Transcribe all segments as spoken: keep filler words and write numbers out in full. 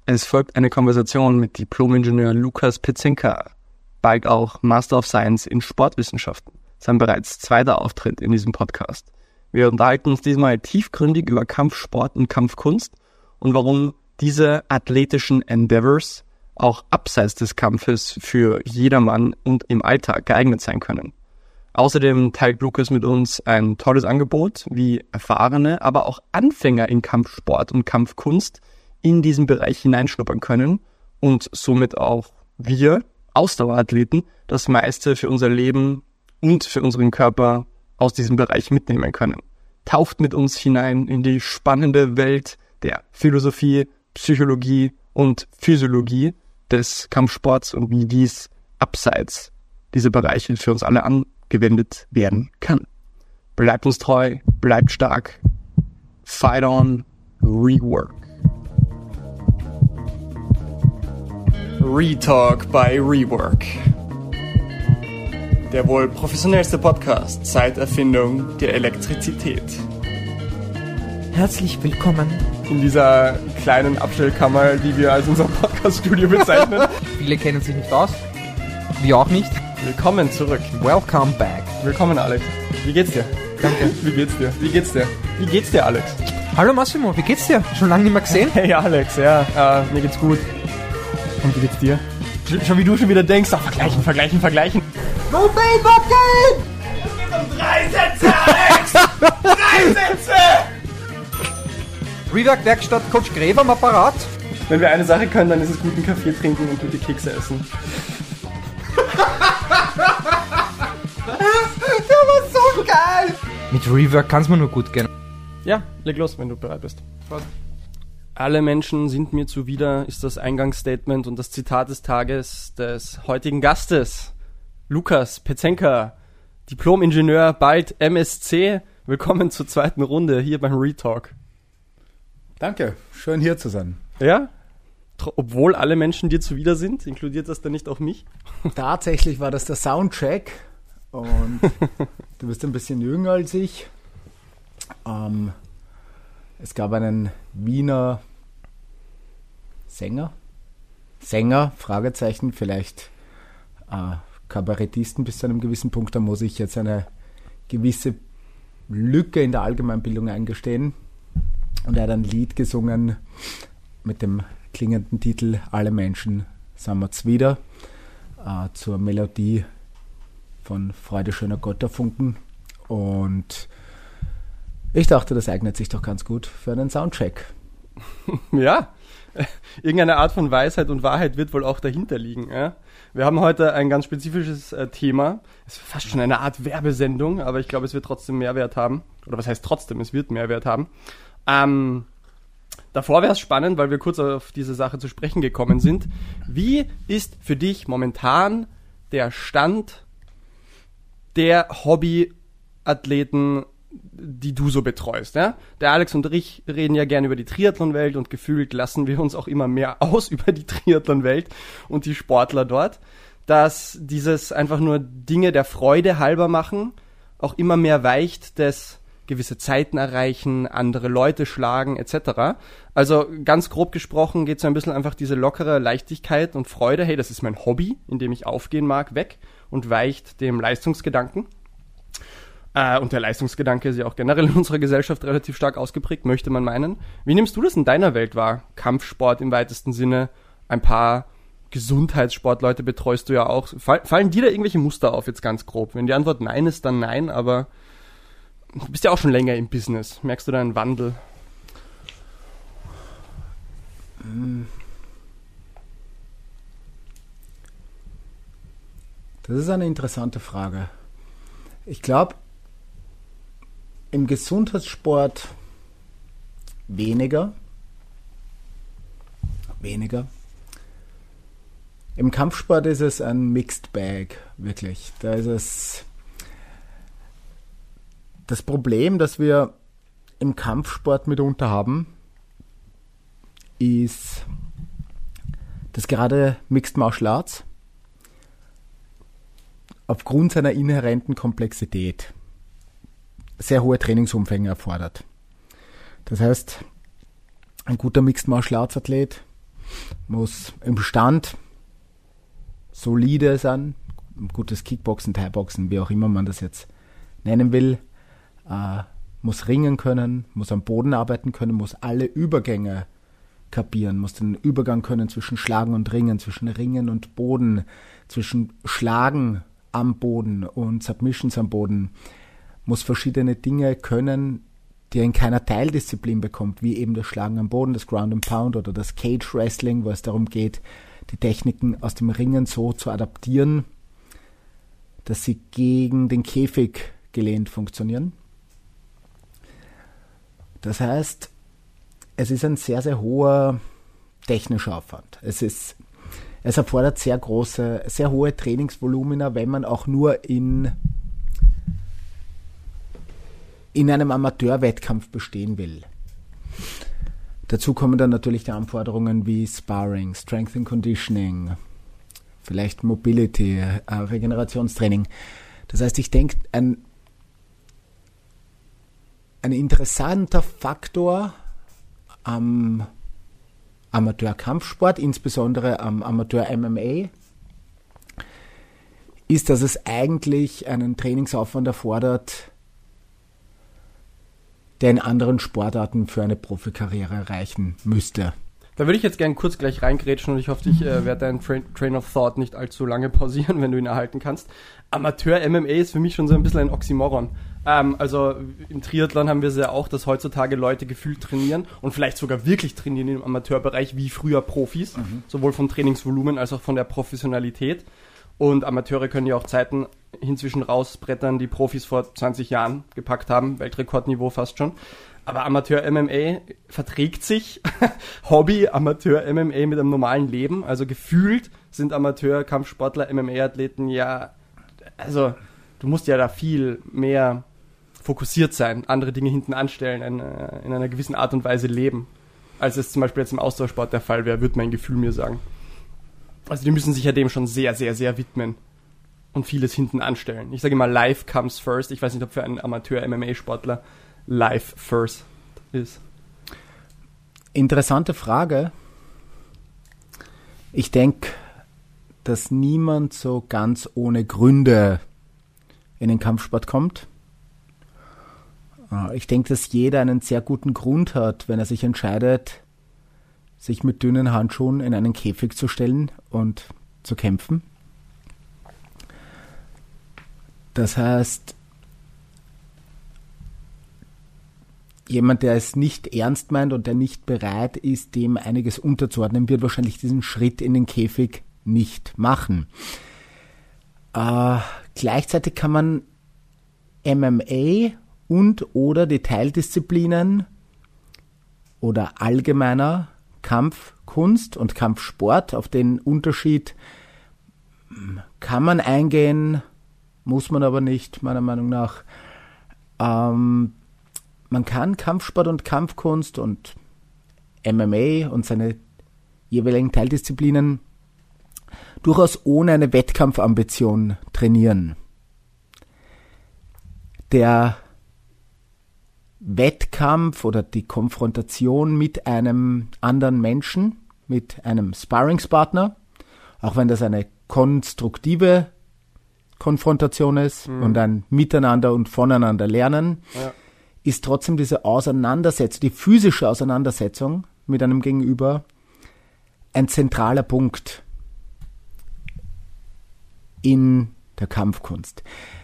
Es folgt eine Konversation mit Diplom-Ingenieur Lukas Pezinka, bald auch Master of Science in Sportwissenschaften, sein bereits zweiter Auftritt in diesem Podcast. Wir unterhalten uns diesmal tiefgründig über Kampfsport und Kampfkunst und warum diese athletischen Endeavors auch abseits des Kampfes für jedermann und im Alltag geeignet sein können. Außerdem teilt Lukas mit uns ein tolles Angebot, wie Erfahrene, aber auch Anfänger in Kampfsport und Kampfkunst in diesen Bereich hineinschnuppern können und somit auch wir Ausdauerathleten das meiste für unser Leben und für unseren Körper aus diesem Bereich mitnehmen können. Taucht mit uns hinein in die spannende Welt der Philosophie, Psychologie und Physiologie des Kampfsports und wie dies abseits dieser Bereiche für uns alle angewendet werden kann. Bleibt uns treu, bleibt stark. Fight on, rework. Retalk by Rework. Der wohl professionellste Podcast seit Erfindung der Elektrizität. Herzlich willkommen in dieser kleinen Abstellkammer, die wir als unser Podcast-Studio bezeichnen. Viele kennen sich nicht aus. Wir auch nicht. Willkommen zurück. Welcome back. Willkommen, Alex. Wie geht's dir? Danke. Wie geht's dir? Wie geht's dir? Wie geht's dir, Alex? Hallo Massimo, wie geht's dir? Schon lange nicht mehr gesehen? Hey Alex, ja, äh, mir geht's gut. Und wie geht's dir? Schon wie du schon wieder denkst, ach, vergleichen, vergleichen, vergleichen. Wo bin Bocken? Um drei Sätze, Alex! Drei Sätze! Rework Werkstatt Coach Gräber am Apparat. Wenn wir eine Sache können, dann ist es guten Kaffee trinken und gute Kekse essen. Der war so geil! Mit Rework kann's mir nur gut gehen. Ja, leg los, wenn du bereit bist. Alle Menschen sind mir zuwider, ist das Eingangsstatement und das Zitat des Tages des heutigen Gastes. Lukas Pezinka, Diplom-Ingenieur, bald M S C. Willkommen zur zweiten Runde hier beim Retalk. Danke, schön hier zu sein. Ja? Tr- obwohl alle Menschen dir zuwider sind, inkludiert das dann nicht auch mich? Tatsächlich war das der Soundcheck und du bist ein bisschen jünger als ich. Ähm, es gab einen Wiener Sänger, Sänger, Fragezeichen, vielleicht äh, Kabarettisten bis zu einem gewissen Punkt, da muss ich jetzt eine gewisse Lücke in der Allgemeinbildung eingestehen. Und er hat ein Lied gesungen mit dem klingenden Titel Alle Menschen sind wir's wieder, äh, zur Melodie von Freude schöner Götterfunken. Und ich dachte, das eignet sich doch ganz gut für einen Soundcheck. Ja, irgendeine Art von Weisheit und Wahrheit wird wohl auch dahinter liegen. Ja? Wir haben heute ein ganz spezifisches äh, Thema. Es ist fast schon eine Art Werbesendung, aber ich glaube, es wird trotzdem Mehrwert haben. Oder was heißt trotzdem? Es wird Mehrwert haben. Ähm, davor wäre es spannend, weil wir kurz auf diese Sache zu sprechen gekommen sind. Wie ist für dich momentan der Stand der Hobbyathleten, die du so betreust? Ja? Der Alex und ich reden ja gerne über die Triathlon-Welt und gefühlt lassen wir uns auch immer mehr aus über die Triathlon-Welt und die Sportler dort, dass dieses einfach nur Dinge der Freude halber machen auch immer mehr weicht, des gewisse Zeiten erreichen, andere Leute schlagen et cetera. Also ganz grob gesprochen geht so ein bisschen einfach diese lockere Leichtigkeit und Freude, hey, das ist mein Hobby, in dem ich aufgehen mag, weg und weicht dem Leistungsgedanken. Äh, und der Leistungsgedanke ist ja auch generell in unserer Gesellschaft relativ stark ausgeprägt, möchte man meinen. Wie nimmst du das in deiner Welt wahr? Kampfsport im weitesten Sinne, ein paar Gesundheitssportleute betreust du ja auch. Fall, fallen dir da irgendwelche Muster auf, jetzt ganz grob? Wenn die Antwort nein ist, dann nein, aber du bist ja auch schon länger im Business. Merkst du da einen Wandel? Das ist eine interessante Frage. Ich glaube, im Gesundheitssport weniger. Weniger. Im Kampfsport ist es ein Mixed Bag, wirklich. Da ist es das Problem, das wir im Kampfsport mitunter haben, ist, dass gerade Mixed Martial Arts aufgrund seiner inhärenten Komplexität sehr hohe Trainingsumfänge erfordert. Das heißt, ein guter Mixed Martial Arts Athlet muss im Stand solide sein, gutes Kickboxen, Thai-Boxen, wie auch immer man das jetzt nennen will, äh, muss ringen können, muss am Boden arbeiten können, muss alle Übergänge kapieren, muss den Übergang können zwischen Schlagen und Ringen, zwischen Ringen und Boden, zwischen Schlagen am Boden und Submissions am Boden, muss verschiedene Dinge können, die er in keiner Teildisziplin bekommt, wie eben das Schlagen am Boden, das Ground and Pound oder das Cage Wrestling, wo es darum geht, die Techniken aus dem Ringen so zu adaptieren, dass sie gegen den Käfig gelehnt funktionieren. Das heißt, es ist ein sehr, sehr hoher technischer Aufwand. Es ist, es erfordert sehr große, sehr hohe Trainingsvolumina, wenn man auch nur in, in einem Amateurwettkampf bestehen will. Dazu kommen dann natürlich die Anforderungen wie Sparring, Strength and Conditioning, vielleicht Mobility, äh, Regenerationstraining. Das heißt, ich denke, ein, ein interessanter Faktor am Amateurkampfsport, insbesondere am Amateur-M M A, ist, dass es eigentlich einen Trainingsaufwand erfordert, der in anderen Sportarten für eine Profikarriere reichen müsste. Da würde ich jetzt gerne kurz gleich reingrätschen und ich hoffe, ich äh, werde deinen Train, Train of Thought nicht allzu lange pausieren, wenn du ihn erhalten kannst. Amateur-M M A ist für mich schon so ein bisschen ein Oxymoron. Ähm, also im Triathlon haben wir es ja auch, dass heutzutage Leute gefühlt trainieren und vielleicht sogar wirklich trainieren im Amateurbereich wie früher Profis, mhm. sowohl vom Trainingsvolumen als auch von der Professionalität. Und Amateure können ja auch Zeiten inzwischen rausbrettern, die Profis vor zwanzig Jahren gepackt haben, Weltrekordniveau fast schon. Aber Amateur-M M A verträgt sich Hobby-Amateur-M M A mit einem normalen Leben. Also gefühlt sind Amateur-Kampfsportler, M M A-Athleten ja, also du musst ja da viel mehr fokussiert sein, andere Dinge hinten anstellen, in, in einer gewissen Art und Weise leben, als es zum Beispiel jetzt im Ausdauersport der Fall wäre, würde mein Gefühl mir sagen. Also die müssen sich ja dem schon sehr, sehr, sehr widmen und vieles hinten anstellen. Ich sage immer, life comes first. Ich weiß nicht, ob für einen Amateur-M M A-Sportler life first ist. Interessante Frage. Ich denke, dass niemand so ganz ohne Gründe in den Kampfsport kommt. Ich denke, dass jeder einen sehr guten Grund hat, wenn er sich entscheidet, sich mit dünnen Handschuhen in einen Käfig zu stellen und zu kämpfen. Das heißt, jemand, der es nicht ernst meint und der nicht bereit ist, dem einiges unterzuordnen, wird wahrscheinlich diesen Schritt in den Käfig nicht machen. Äh, gleichzeitig kann man M M A und oder die Teildisziplinen oder allgemeiner Kampfkunst und Kampfsport, auf den Unterschied kann man eingehen, muss man aber nicht, meiner Meinung nach. Ähm, man kann Kampfsport und Kampfkunst und M M A und seine jeweiligen Teildisziplinen durchaus ohne eine Wettkampfambition trainieren. Der Wettkampf oder die Konfrontation mit einem anderen Menschen, mit einem Sparringspartner, auch wenn das eine konstruktive Konfrontation ist mhm. und ein Miteinander und voneinander lernen, ja. ist trotzdem diese Auseinandersetzung, die physische Auseinandersetzung mit einem Gegenüber ein zentraler Punkt in der Kampfkunst.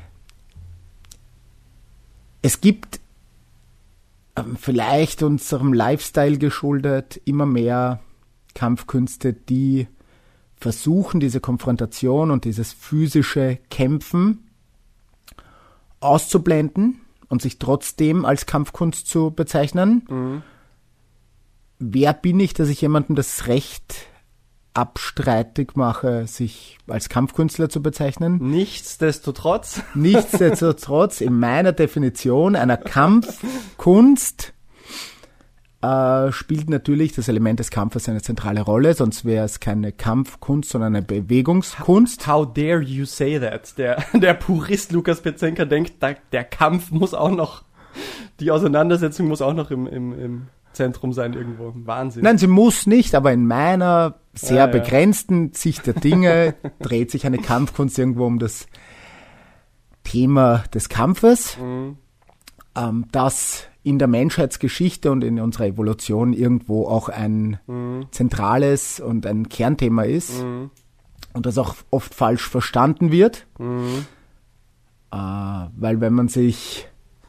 Es gibt ähm, vielleicht unserem Lifestyle geschuldet immer mehr Kampfkünste, die versuchen, diese Konfrontation und dieses physische Kämpfen auszublenden und sich trotzdem als Kampfkunst zu bezeichnen. Mhm. Wer bin ich, dass ich jemandem das Recht abstreitig mache, sich als Kampfkünstler zu bezeichnen? Nichtsdestotrotz. Nichtsdestotrotz, in meiner Definition einer Kampfkunst äh, spielt natürlich das Element des Kampfes eine zentrale Rolle, sonst wäre es keine Kampfkunst, sondern eine Bewegungskunst. How dare you say that? Der, der Purist Lukas Petzenka denkt, der Kampf muss auch noch, die Auseinandersetzung muss auch noch im, im, im Zentrum sein irgendwo. Wahnsinn. Nein, sie muss nicht, aber in meiner sehr ja, begrenzten ja. Sicht der Dinge dreht sich eine Kampfkunst irgendwo um das Thema des Kampfes, mhm. ähm, das in der Menschheitsgeschichte und in unserer Evolution irgendwo auch ein mhm. zentrales und ein Kernthema ist mhm. und das auch oft falsch verstanden wird, mhm. äh, weil wenn man sich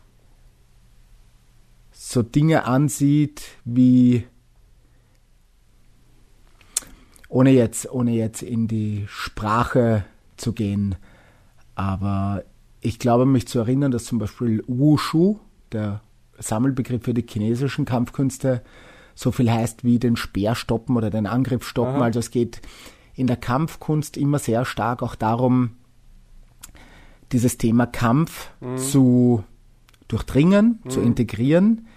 so Dinge ansieht wie, ohne jetzt, ohne jetzt in die Sprache zu gehen, aber ich glaube, mich zu erinnern, dass zum Beispiel Wushu, der Sammelbegriff für die chinesischen Kampfkünste, so viel heißt wie den Speer stoppen oder den Angriff stoppen. Aha. Also es geht in der Kampfkunst immer sehr stark auch darum, dieses Thema Kampf mhm. zu durchdringen, mhm. zu integrieren,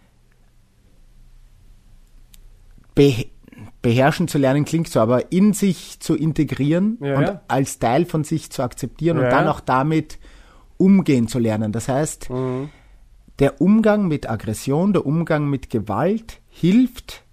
be- beherrschen zu lernen klingt so, aber in sich zu integrieren ja, und ja. als Teil von sich zu akzeptieren ja, und dann auch damit umgehen zu lernen. Das heißt, mhm. der Umgang mit Aggression, der Umgang mit Gewalt hilft,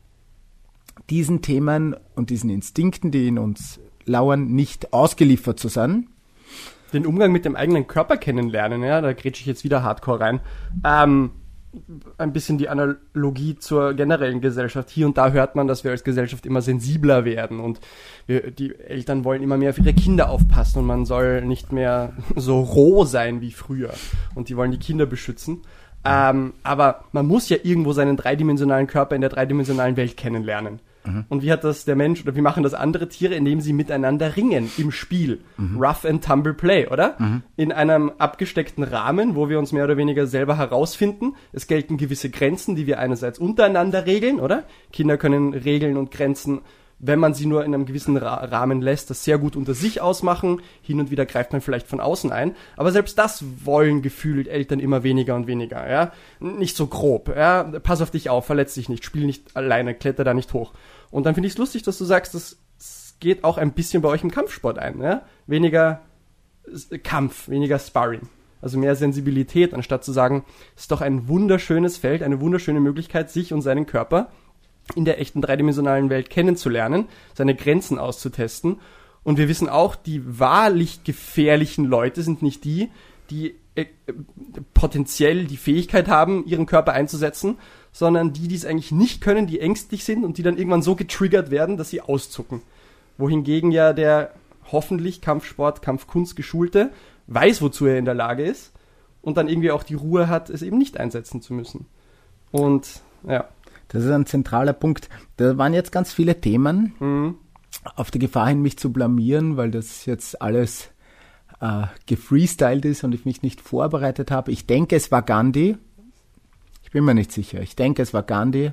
diesen Themen und diesen Instinkten, die in uns lauern, nicht ausgeliefert zu sein. Den Umgang mit dem eigenen Körper kennenlernen, ja, da grätsche ich jetzt wieder hardcore rein. Ähm, ein bisschen die Analogie zur generellen Gesellschaft. Hier und da hört man, dass wir als Gesellschaft immer sensibler werden und wir, die Eltern wollen immer mehr auf ihre Kinder aufpassen und man soll nicht mehr so roh sein wie früher und die wollen die Kinder beschützen. Ähm, aber man muss ja irgendwo seinen dreidimensionalen Körper in der dreidimensionalen Welt kennenlernen. Mhm. Und wie hat das der Mensch oder wie machen das andere Tiere, indem sie miteinander ringen im Spiel? Mhm. Rough and Tumble Play, oder? Mhm. In einem abgesteckten Rahmen, wo wir uns mehr oder weniger selber herausfinden. Es gelten gewisse Grenzen, die wir einerseits untereinander regeln, oder? Kinder können Regeln und Grenzen, wenn man sie nur in einem gewissen Ra- Rahmen lässt, das sehr gut unter sich ausmachen. Hin und wieder greift man vielleicht von außen ein. Aber selbst das wollen gefühlt Eltern immer weniger und weniger, ja. Nicht so grob, ja. Pass auf dich auf, verletz dich nicht, spiel nicht alleine, kletter da nicht hoch. Und dann finde ich es lustig, dass du sagst, das, das geht auch ein bisschen bei euch im Kampfsport ein, ja. Weniger Kampf, weniger Sparring. Also mehr Sensibilität, anstatt zu sagen, es ist doch ein wunderschönes Feld, eine wunderschöne Möglichkeit, sich und seinen Körper in der echten dreidimensionalen Welt kennenzulernen, seine Grenzen auszutesten. Und wir wissen auch, die wahrlich gefährlichen Leute sind nicht die, die äh, potenziell die Fähigkeit haben, ihren Körper einzusetzen, sondern die, die es eigentlich nicht können, die ängstlich sind und die dann irgendwann so getriggert werden, dass sie auszucken. Wohingegen ja der hoffentlich Kampfsport, Kampfkunst Geschulte weiß, wozu er in der Lage ist und dann irgendwie auch die Ruhe hat, es eben nicht einsetzen zu müssen. Und ja. Das ist ein zentraler Punkt. Da waren jetzt ganz viele Themen, mhm. auf die Gefahr hin, mich zu blamieren, weil das jetzt alles äh, gefreestylt ist und ich mich nicht vorbereitet habe. Ich denke, es war Gandhi. Ich bin mir nicht sicher. Ich denke, es war Gandhi,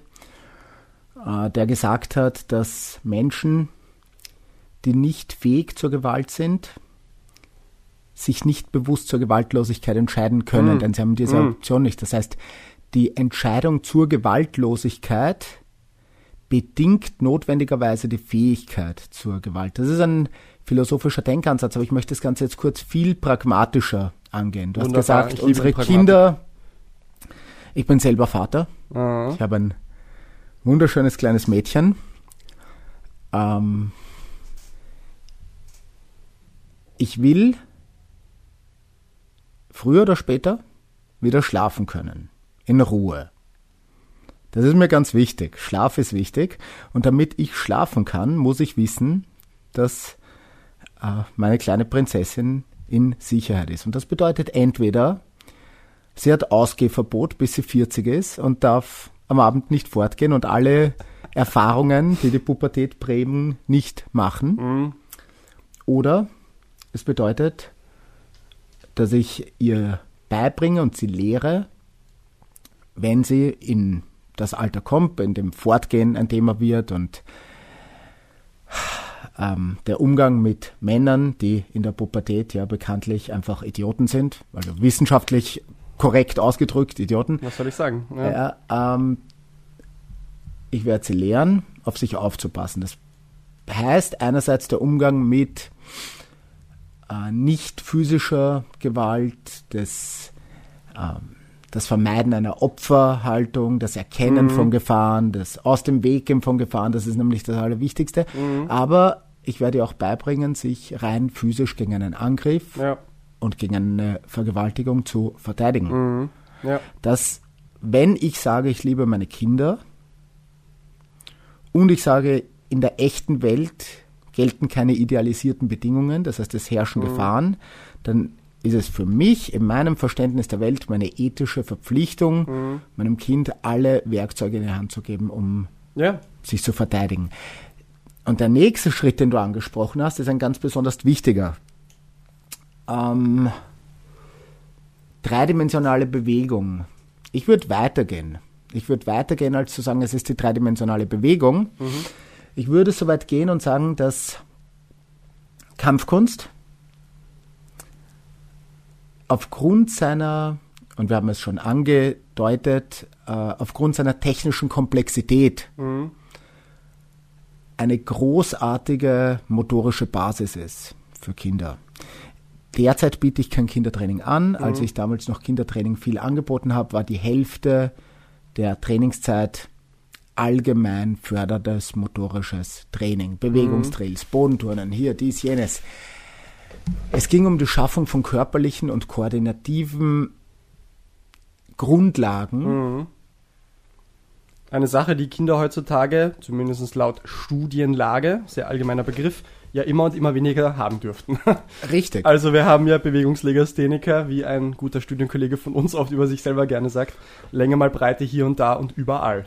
äh, der gesagt hat, dass Menschen, die nicht fähig zur Gewalt sind, sich nicht bewusst zur Gewaltlosigkeit entscheiden können, mhm. denn sie haben diese mhm. Option nicht. Das heißt, die Entscheidung zur Gewaltlosigkeit bedingt notwendigerweise die Fähigkeit zur Gewalt. Das ist ein philosophischer Denkansatz, aber ich möchte das Ganze jetzt kurz viel pragmatischer angehen. Du Wunderbar, hast gesagt, unsere Kinder, ich bin selber Vater, Aha. ich habe ein wunderschönes kleines Mädchen. Ähm, ich will früher oder später wieder schlafen können. In Ruhe. Das ist mir ganz wichtig. Schlaf ist wichtig. Und damit ich schlafen kann, muss ich wissen, dass äh, meine kleine Prinzessin in Sicherheit ist. Und das bedeutet entweder, sie hat Ausgehverbot, bis sie vierzig ist und darf am Abend nicht fortgehen und alle Erfahrungen, die die Pubertät prägen, nicht machen. Mhm. Oder es bedeutet, dass ich ihr beibringe und sie lehre, wenn sie in das Alter kommt, in dem Fortgehen ein Thema wird und ähm, der Umgang mit Männern, die in der Pubertät ja bekanntlich einfach Idioten sind, also wissenschaftlich korrekt ausgedrückt Idioten. Was soll ich sagen? Ja. Ja, ähm, ich werde sie lehren, auf sich aufzupassen. Das heißt einerseits der Umgang mit äh, nicht physischer Gewalt, des ähm, das Vermeiden einer Opferhaltung, das Erkennen mhm. von Gefahren, das Aus dem Weg gehen von Gefahren, das ist nämlich das Allerwichtigste. Mhm. Aber ich werde ihr auch beibringen, sich rein physisch gegen einen Angriff ja. und gegen eine Vergewaltigung zu verteidigen. Mhm. Ja. Dass, wenn ich sage, ich liebe meine Kinder und ich sage, in der echten Welt gelten keine idealisierten Bedingungen, das heißt, es herrschen mhm. Gefahren, dann ist es für mich, in meinem Verständnis der Welt, meine ethische Verpflichtung, mhm. meinem Kind alle Werkzeuge in die Hand zu geben, um ja. sich zu verteidigen. Und der nächste Schritt, den du angesprochen hast, ist ein ganz besonders wichtiger. Ähm, dreidimensionale Bewegung. Ich würde weitergehen. Ich würde weitergehen, als zu sagen, es ist die dreidimensionale Bewegung. Mhm. Ich würde so weit gehen und sagen, dass Kampfkunst aufgrund seiner, und wir haben es schon angedeutet, äh, aufgrund seiner technischen Komplexität mhm. eine großartige motorische Basis ist für Kinder. Derzeit biete ich kein Kindertraining an. Mhm. Als ich damals noch Kindertraining viel angeboten habe, war die Hälfte der Trainingszeit allgemein förderndes motorisches Training. Bewegungsdrills, mhm. Bodenturnen, hier, dies, jenes. Es ging um die Schaffung von körperlichen und koordinativen Grundlagen. Mhm. Eine Sache, die Kinder heutzutage, zumindest laut Studienlage, sehr allgemeiner Begriff, ja immer und immer weniger haben dürften. Richtig. Also wir haben ja Bewegungslegastheniker, wie ein guter Studienkollege von uns oft über sich selber gerne sagt, Länge mal Breite hier und da und überall.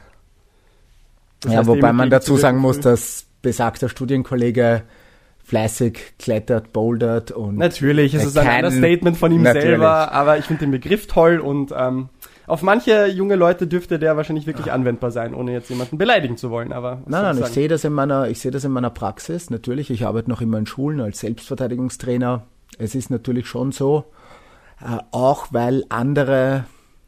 Das ja, wobei man dazu sagen muss, dass besagter Studienkollege fleißig klettert, bouldert und... Natürlich, es ist ein Understatement von ihm natürlich. selber, aber ich finde den Begriff toll und ähm, auf manche junge Leute dürfte der wahrscheinlich wirklich anwendbar sein, ohne jetzt jemanden beleidigen zu wollen. Aber nein, nein, ich, ich sehe das in meiner, ich sehe das in meiner Praxis. Natürlich, ich arbeite noch immer in Schulen als Selbstverteidigungstrainer. Es ist natürlich schon so, äh, auch weil andere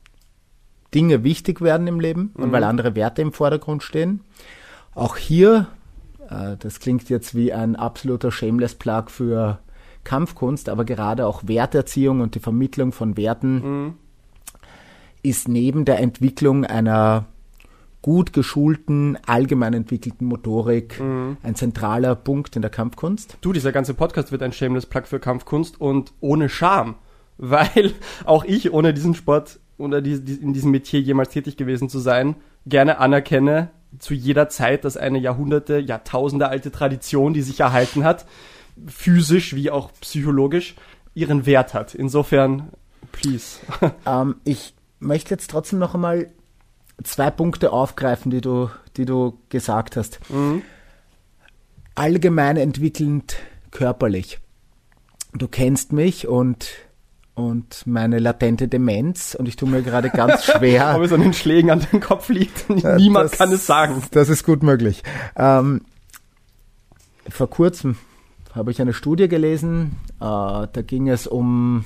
Dinge wichtig werden im Leben und mhm. weil andere Werte im Vordergrund stehen. Auch hier, äh, das klingt jetzt wie ein absoluter Shameless Plug für Kampfkunst, aber gerade auch Werterziehung und die Vermittlung von Werten mhm. ist neben der Entwicklung einer gut geschulten, allgemein entwickelten Motorik mhm. ein zentraler Punkt in der Kampfkunst. Du, dieser ganze Podcast wird ein Shameless Plug für Kampfkunst und ohne Scham, weil auch ich, ohne diesen Sport oder die, die, in diesem Metier jemals tätig gewesen zu sein, gerne anerkenne, zu jeder Zeit, dass eine Jahrhunderte, Jahrtausende alte Tradition, die sich erhalten hat, physisch wie auch psychologisch, ihren Wert hat. Insofern, please. Ähm, ich möchte jetzt trotzdem noch einmal zwei Punkte aufgreifen, die du, die du gesagt hast. Mhm. Allgemein entwickelnd körperlich. Du kennst mich und, und meine latente Demenz und ich tue mir gerade ganz schwer. Ob es an den Schlägen an den Kopf liegt, niemand das, kann es sagen. Das ist gut möglich. Ähm, vor kurzem habe ich eine Studie gelesen, äh, da ging es um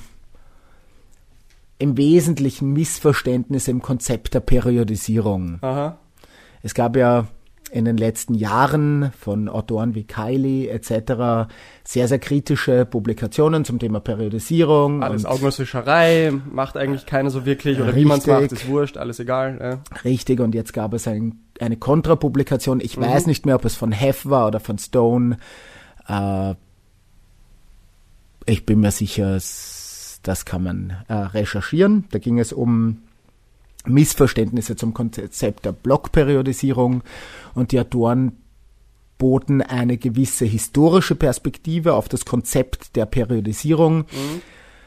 im Wesentlichen Missverständnisse im Konzept der Periodisierung. Aha. Es gab ja in den letzten Jahren von Autoren wie Kiley et cetera sehr, sehr kritische Publikationen zum Thema Periodisierung. Alles Augenwischerei, macht eigentlich keine so wirklich, oder richtig, wie man es macht, ist wurscht, alles egal. Ja. Richtig, und jetzt gab es ein, eine Kontrapublikation, ich mhm. weiß nicht mehr, ob es von Heff war oder von Stone. Äh, ich bin mir sicher, es, das kann man äh, recherchieren. Da ging es um Missverständnisse zum Konzept der Blockperiodisierung und die Autoren boten eine gewisse historische Perspektive auf das Konzept der Periodisierung. Mhm.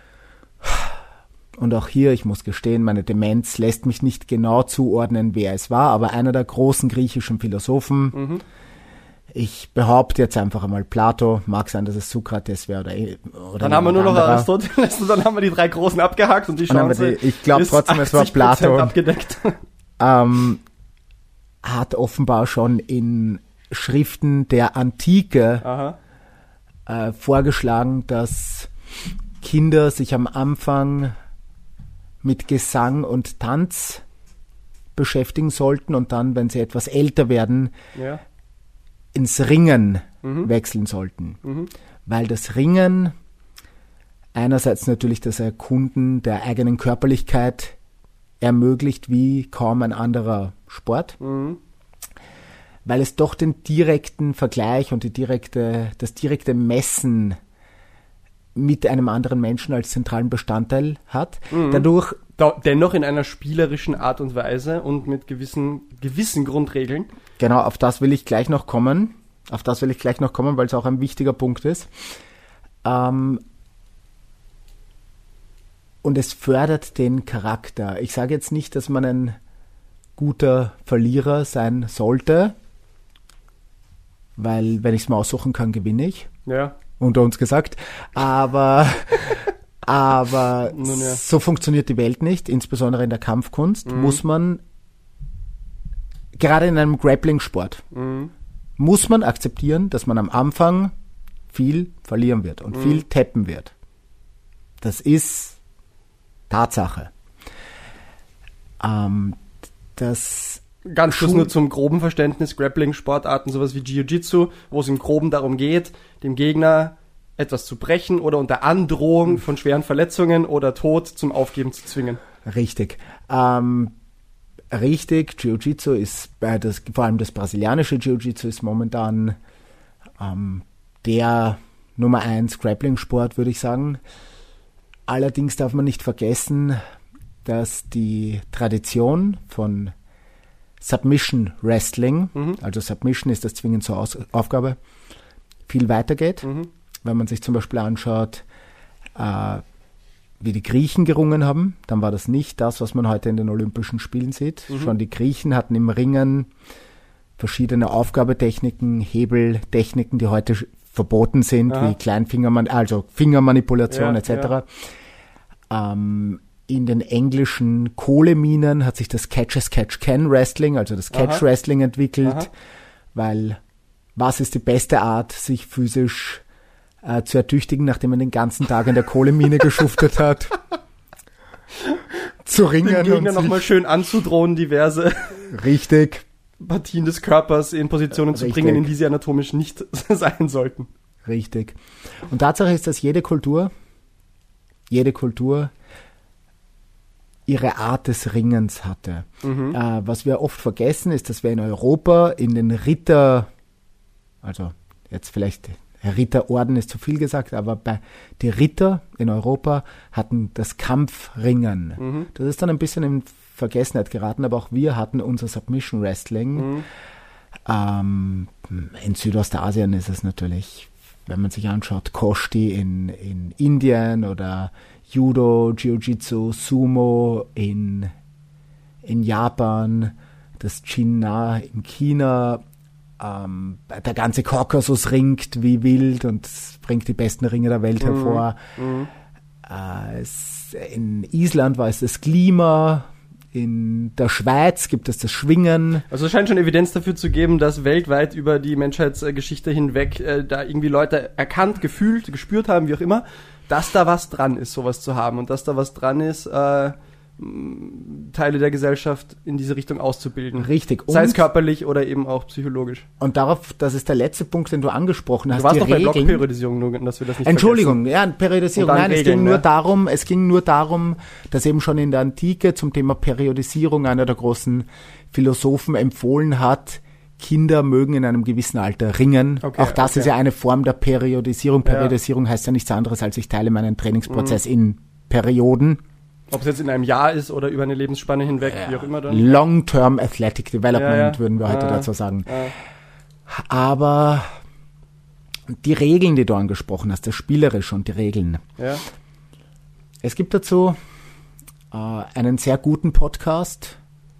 Und auch hier, ich muss gestehen, meine Demenz lässt mich nicht genau zuordnen, wer es war, aber einer der großen griechischen Philosophen. Mhm. Ich behaupte jetzt einfach einmal Plato, mag sein, dass es Sokrates wäre oder, oder dann haben wir nur noch Aristoteles und dann haben wir die drei Großen abgehakt und die Chance die, ich glaube trotzdem, es war Plato. Abgedeckt. Ähm, hat offenbar schon in Schriften der Antike äh, vorgeschlagen, dass Kinder sich am Anfang mit Gesang und Tanz beschäftigen sollten und dann, wenn sie etwas älter werden, ja. ins Ringen mhm. wechseln sollten. Mhm. Weil das Ringen einerseits natürlich das Erkunden der eigenen Körperlichkeit ermöglicht wie kaum ein anderer Sport, Mhm. weil es doch den direkten Vergleich und die direkte, das direkte Messen mit einem anderen Menschen als zentralen Bestandteil hat. Mhm. Dadurch, Da, dennoch in einer spielerischen Art und Weise und mit gewissen, gewissen Grundregeln. genau, auf das will ich gleich noch kommen, auf das will ich gleich noch kommen, weil es auch ein wichtiger Punkt ist. Ähm, und es fördert den Charakter. Ich sage jetzt nicht, dass man ein guter Verlierer sein sollte, weil, wenn ich es mir aussuchen kann, gewinne ich. Ja. Unter uns gesagt. Aber, aber Nun ja. so funktioniert die Welt nicht. Insbesondere in der Kampfkunst Mhm. muss man, gerade in einem Grappling-Sport, Mhm. muss man akzeptieren, dass man am Anfang viel verlieren wird und Mhm. viel tappen wird. Das ist Tatsache. Ähm, das Ganz kurz Schul- nur zum groben Verständnis, Grappling-Sportarten, sowas wie Jiu-Jitsu, wo es im Groben darum geht, dem Gegner etwas zu brechen oder unter Androhung von schweren Verletzungen oder Tod zum Aufgeben zu zwingen. Richtig. Ähm, richtig, Jiu-Jitsu ist, äh, das, vor allem das brasilianische Jiu-Jitsu ist momentan ähm, der Nummer eins Grappling-Sport, würde ich sagen. Allerdings darf man nicht vergessen, dass die Tradition von Submission Wrestling, Mhm. also Submission ist das zwingend zur Aus- Aufgabe, viel weitergeht. Mhm. Wenn man sich zum Beispiel anschaut, äh, wie die Griechen gerungen haben, dann war das nicht das, was man heute in den Olympischen Spielen sieht. Mhm. Schon die Griechen hatten im Ringen verschiedene Aufgabetechniken, Hebeltechniken, die heute sch- verboten sind, Aha. wie Kleinfingerman, also Fingermanipulation Ja, et cetera. Ähm, in den englischen Kohleminen hat sich das Catch-as-Catch-Can-Wrestling, also das Aha. Catch-Wrestling entwickelt, Aha. weil was ist die beste Art, sich physisch äh, zu ertüchtigen, nachdem man den ganzen Tag in der Kohlemine geschuftet hat? Zu ringen Den Gegner und sich- nochmal schön anzudrohen, diverse Richtig, Partien des Körpers in Positionen zu Richtig. bringen, in die sie anatomisch nicht sein sollten. richtig. Und Tatsache ist, dass jede Kultur, jede Kultur ihre Art des Ringens hatte. Mhm. Äh, was wir oft vergessen, ist, dass wir in Europa in den Ritter, also jetzt vielleicht Ritterorden ist zu viel gesagt, aber bei die Ritter in Europa hatten das Kampfringen. Mhm. Das ist dann ein bisschen in Vergessenheit geraten, aber auch wir hatten unser Submission Wrestling. Mhm. Ähm, in Südostasien ist es natürlich, wenn man sich anschaut, Koshti in, in Indien oder Judo, Jiu-Jitsu, Sumo in, in Japan, das Chin-Na in China, ähm, der ganze Kaukasus ringt wie wild und bringt die besten Ringe der Welt hervor. Mhm. Äh, es, in Island war es das Klima, in der Schweiz gibt es das Schwingen. Also es scheint schon Evidenz dafür zu geben, dass weltweit über die Menschheitsgeschichte hinweg äh, da irgendwie Leute erkannt, gefühlt, gespürt haben, wie auch immer, dass da was dran ist, sowas zu haben und dass da was dran ist, äh, m, Teile der Gesellschaft in diese Richtung auszubilden. Richtig. Sei es Und- körperlich oder eben auch psychologisch. Und darauf, das ist der letzte Punkt, den du angesprochen hast. Du warst die noch bei Regeln. Blockperiodisierung, nur dass wir das nicht Entschuldigung, ja, Periodisierung. Und dann Nein, es Regeln, ging nur ne? darum, es ging nur darum, dass eben schon in der Antike zum Thema Periodisierung einer der großen Philosophen empfohlen hat, Kinder mögen in einem gewissen Alter ringen. Okay, Auch das okay. ist ja eine Form der Periodisierung. Ja. Periodisierung heißt ja nichts anderes, als ich teile meinen Trainingsprozess in Perioden. Ob es jetzt in einem Jahr ist oder über eine Lebensspanne hinweg, wie auch immer dann. Long-Term Athletic Development, Ja, ja. würden wir heute Ah, dazu sagen. ah. Aber die Regeln, die du angesprochen hast, das Spielerische und die Regeln. Ja. Es gibt dazu äh, einen sehr guten Podcast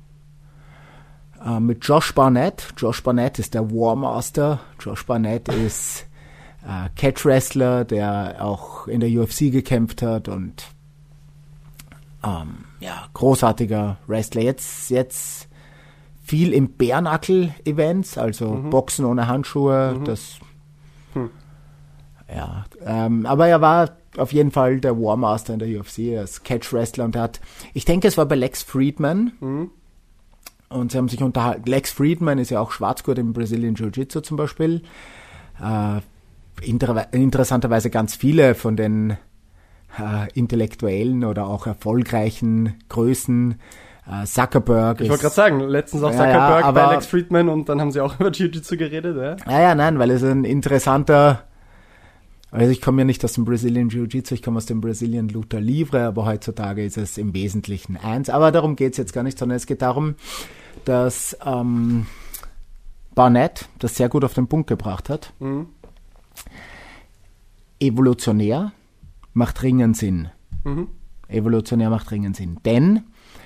äh, mit Josh Barnett. Josh Barnett ist der War Master. Josh Barnett ist äh, Catch-Wrestler, der auch in der U F C gekämpft hat und ähm, ja, großartiger Wrestler. Jetzt, jetzt viel im Bare-Knuckle-Events, also Mhm. Boxen ohne Handschuhe, Mhm. das Hm. ja, ähm, aber er war auf jeden Fall der War Master in der U F C als Catch-Wrestler und er hat, ich denke, es war bei Lex Friedman Mhm. und sie haben sich unterhalten. Lex Friedman ist ja auch Schwarzgurt im Brazilian Jiu-Jitsu zum Beispiel. Äh, inter- interessanterweise ganz viele von den äh, intellektuellen oder auch erfolgreichen Größen äh, Zuckerberg Ich ist... wollte gerade sagen, letztens auch Ja, Zuckerberg ja, aber- bei Alex Friedman und dann haben sie auch über Jiu-Jitsu geredet, ja. Ja, ja, nein, weil es ein interessanter... Also ich komme ja nicht aus dem Brazilian Jiu-Jitsu, ich komme aus dem Brazilian Luta Livre, aber heutzutage ist es im Wesentlichen eins. Aber darum geht's jetzt gar nicht, sondern es geht darum, dass ähm, Barnett das sehr gut auf den Punkt gebracht hat. Mhm. Evolutionär macht Ringen Sinn. Mhm. Evolutionär macht Ringen Sinn. Denn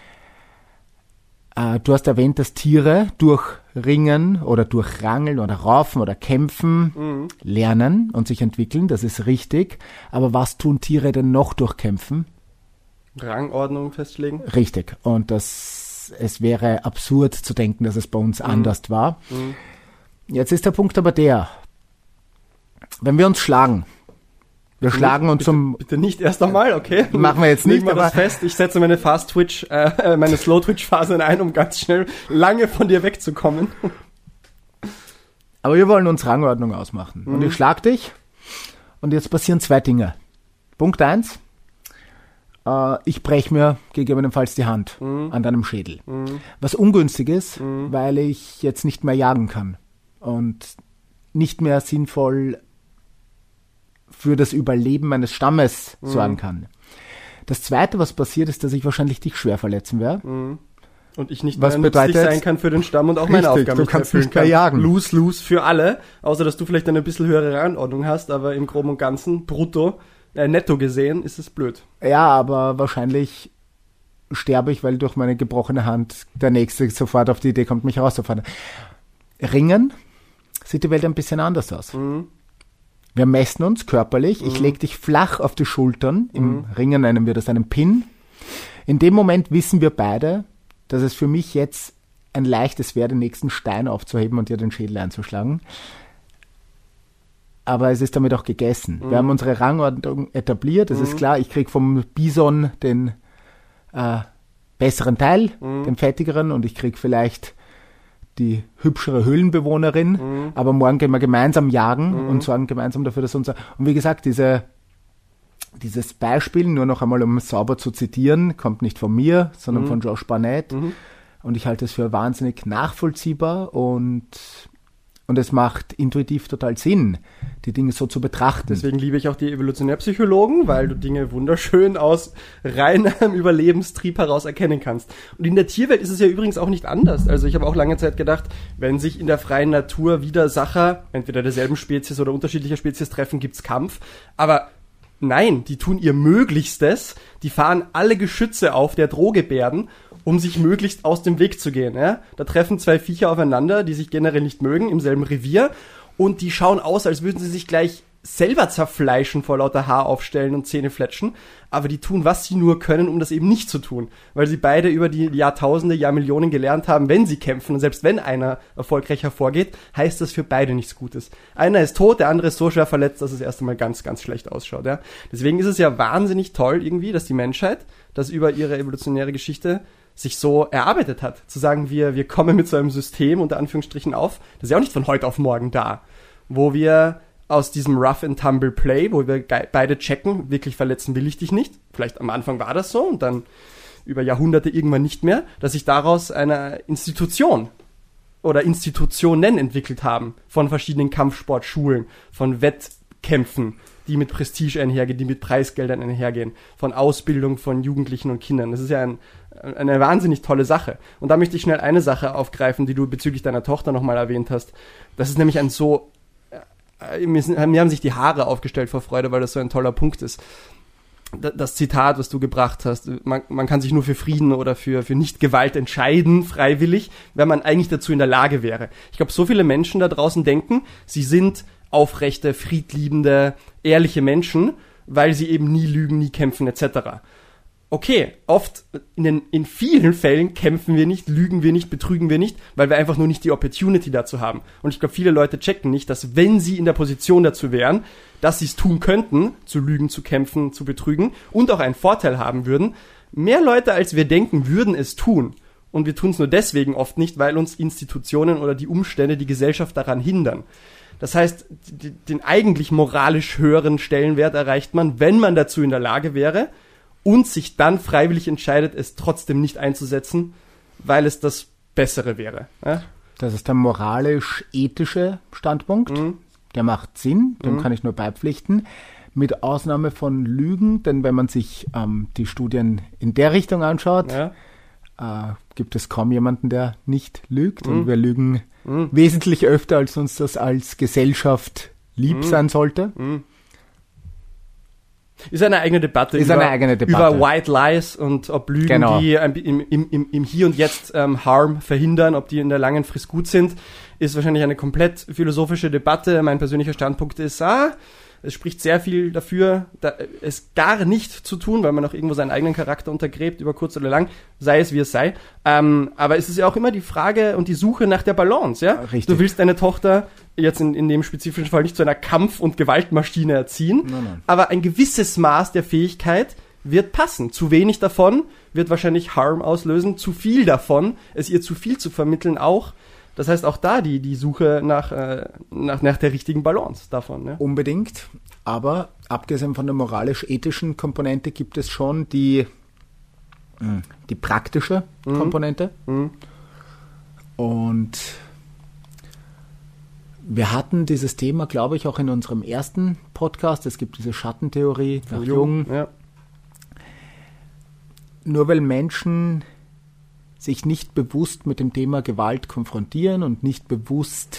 äh, du hast erwähnt, dass Tiere durch Ringen oder durch Rangeln oder Raufen oder Kämpfen Mhm. lernen und sich entwickeln. Das ist richtig. Aber was tun Tiere denn noch durch Kämpfen? Rangordnung festlegen. Richtig. Und das, es wäre absurd zu denken, dass es bei uns anders war. Mhm. Jetzt ist der Punkt aber der, wenn wir uns schlagen, wir schlagen uns bitte, zum... Bitte nicht erst einmal, okay? Machen wir jetzt Legen nicht, wir das aber- fest. Ich setze meine Fast-Twitch, äh, meine Slow-Twitch-Phasen ein, um ganz schnell lange von dir wegzukommen. Aber wir wollen uns Rangordnung ausmachen. Und ich schlag dich und jetzt passieren zwei Dinge. Punkt eins, äh, ich breche mir gegebenenfalls die Hand an deinem Schädel. Was ungünstig ist, weil ich jetzt nicht mehr jagen kann und nicht mehr sinnvoll für das Überleben meines Stammes sorgen kann. Das Zweite, was passiert, ist, dass ich wahrscheinlich dich schwer verletzen werde. Und ich nicht Was mehr nützlich bedeutet- sein kann für den Stamm und auch meine Richtig, Aufgaben du nicht kannst erfüllen nicht mehr kann. jagen. Lose, lose für alle. Außer, dass du vielleicht eine bisschen höhere Rangordnung hast, aber im Groben und Ganzen, brutto, äh, netto gesehen, ist es blöd. Ja, aber wahrscheinlich sterbe ich, weil durch meine gebrochene Hand der Nächste sofort auf die Idee kommt, mich herauszufordern. Ringen sieht die Welt ein bisschen anders aus. Mhm. Wir messen uns körperlich. Ich lege dich flach auf die Schultern. Im Ringen nennen wir das einen Pin. In dem Moment wissen wir beide, dass es für mich jetzt ein leichtes wäre, den nächsten Stein aufzuheben und dir den Schädel einzuschlagen. Aber es ist damit auch gegessen. Wir haben unsere Rangordnung etabliert. Es ist klar, ich kriege vom Bison den äh, besseren Teil, den fettigeren, und ich kriege vielleicht die hübschere Höhlenbewohnerin, aber morgen gehen wir gemeinsam jagen und sorgen gemeinsam dafür, dass unser... Und wie gesagt, diese, dieses Beispiel, nur noch einmal, um es sauber zu zitieren, kommt nicht von mir, sondern von Josh Barnett. Und ich halte es für wahnsinnig nachvollziehbar und, und es macht intuitiv total Sinn, die Dinge so zu betrachten. Deswegen liebe ich auch die Evolutionärpsychologen, weil du Dinge wunderschön aus reinem Überlebenstrieb heraus erkennen kannst. Und in der Tierwelt ist es ja übrigens auch nicht anders. Also ich habe auch lange Zeit gedacht, wenn sich in der freien Natur Widersacher, entweder derselben Spezies oder unterschiedlicher Spezies treffen, gibt's Kampf. Aber nein, die tun ihr Möglichstes, die fahren alle Geschütze auf der Drohgebärden, um sich möglichst aus dem Weg zu gehen. Ja? Da treffen zwei Viecher aufeinander, die sich generell nicht mögen, im selben Revier, und die schauen aus, als würden sie sich gleich selber zerfleischen vor lauter Haar aufstellen und Zähne fletschen, aber die tun, was sie nur können, um das eben nicht zu tun, weil sie beide über die Jahrtausende, Jahrmillionen gelernt haben, wenn sie kämpfen, und selbst wenn einer erfolgreich hervorgeht, heißt das für beide nichts Gutes. Einer ist tot, der andere ist so schwer verletzt, dass es erst einmal ganz, ganz schlecht ausschaut. Ja? Deswegen ist es ja wahnsinnig toll irgendwie, dass die Menschheit das über ihre evolutionäre Geschichte sich so erarbeitet hat. Zu sagen, wir, wir kommen mit so einem System unter Anführungsstrichen auf, das ist ja auch nicht von heute auf morgen da, wo wir aus diesem Rough-and-Tumble-Play, wo wir ge- beide checken, wirklich verletzen will ich dich nicht. Vielleicht am Anfang war das so und dann über Jahrhunderte irgendwann nicht mehr, dass sich daraus eine Institution oder Institutionen entwickelt haben von verschiedenen Kampfsportschulen, von Wettkämpfen, die mit Prestige einhergehen, die mit Preisgeldern einhergehen, von Ausbildung von Jugendlichen und Kindern. Das ist ja ein, eine wahnsinnig tolle Sache. Und da möchte ich schnell eine Sache aufgreifen, die du bezüglich deiner Tochter nochmal erwähnt hast. Das ist nämlich ein so, äh, mir, sind, mir haben sich die Haare aufgestellt vor Freude, weil das so ein toller Punkt ist. Das Zitat, was du gebracht hast, man, man kann sich nur für Frieden oder für, für Nicht-Gewalt entscheiden, freiwillig, wenn man eigentlich dazu in der Lage wäre. Ich glaube, so viele Menschen da draußen denken, sie sind aufrechte, friedliebende, ehrliche Menschen, weil sie eben nie lügen, nie kämpfen et cetera. Okay, oft, in, den, in vielen Fällen kämpfen wir nicht, lügen wir nicht, betrügen wir nicht, weil wir einfach nur nicht die Opportunity dazu haben. Und ich glaube, viele Leute checken nicht, dass wenn sie in der Position dazu wären, dass sie es tun könnten, zu lügen, zu kämpfen, zu betrügen und auch einen Vorteil haben würden, mehr Leute als wir denken, würden es tun. Und wir tun es nur deswegen oft nicht, weil uns Institutionen oder die Umstände, die Gesellschaft daran hindern. Das heißt, den eigentlich moralisch höheren Stellenwert erreicht man, wenn man dazu in der Lage wäre und sich dann freiwillig entscheidet, es trotzdem nicht einzusetzen, weil es das Bessere wäre. Ja? Das ist der moralisch-ethische Standpunkt. Mhm. Der macht Sinn, dem mhm. kann ich nur beipflichten. Mit Ausnahme von Lügen, denn wenn man sich ähm, die Studien in der Richtung anschaut, ja. äh, gibt es kaum jemanden, der nicht lügt. Mhm. Und wir lügen mhm. wesentlich öfter, als uns das als Gesellschaft lieb mhm. sein sollte. Mhm. Ist eine eigene Debatte, ist über, eine eigene Debatte über White Lies und ob Lügen, genau. die im, im, im, im Hier und Jetzt ähm, Harm verhindern, ob die in der langen Frist gut sind, ist wahrscheinlich eine komplett philosophische Debatte. Mein persönlicher Standpunkt ist, ah, es spricht sehr viel dafür, da, es gar nicht zu tun, weil man auch irgendwo seinen eigenen Charakter untergräbt, über kurz oder lang, sei es wie es sei. Ähm, aber es ist ja auch immer die Frage und die Suche nach der Balance, ja? Richtig. Du willst deine Tochter jetzt in, in dem spezifischen Fall nicht zu einer Kampf- und Gewaltmaschine erziehen, nein, nein. aber ein gewisses Maß der Fähigkeit wird passen. Zu wenig davon wird wahrscheinlich Harm auslösen, zu viel davon, es ihr zu viel zu vermitteln auch. Das heißt auch da die, die Suche nach, äh, nach, nach der richtigen Balance davon. Ne? Unbedingt, aber abgesehen von der moralisch-ethischen Komponente gibt es schon die, die praktische mhm. Komponente. Mhm. Und wir hatten dieses Thema, glaube ich, auch in unserem ersten Podcast. Es gibt diese Schattentheorie nach Jung. Ja. Nur weil Menschen sich nicht bewusst mit dem Thema Gewalt konfrontieren und nicht bewusst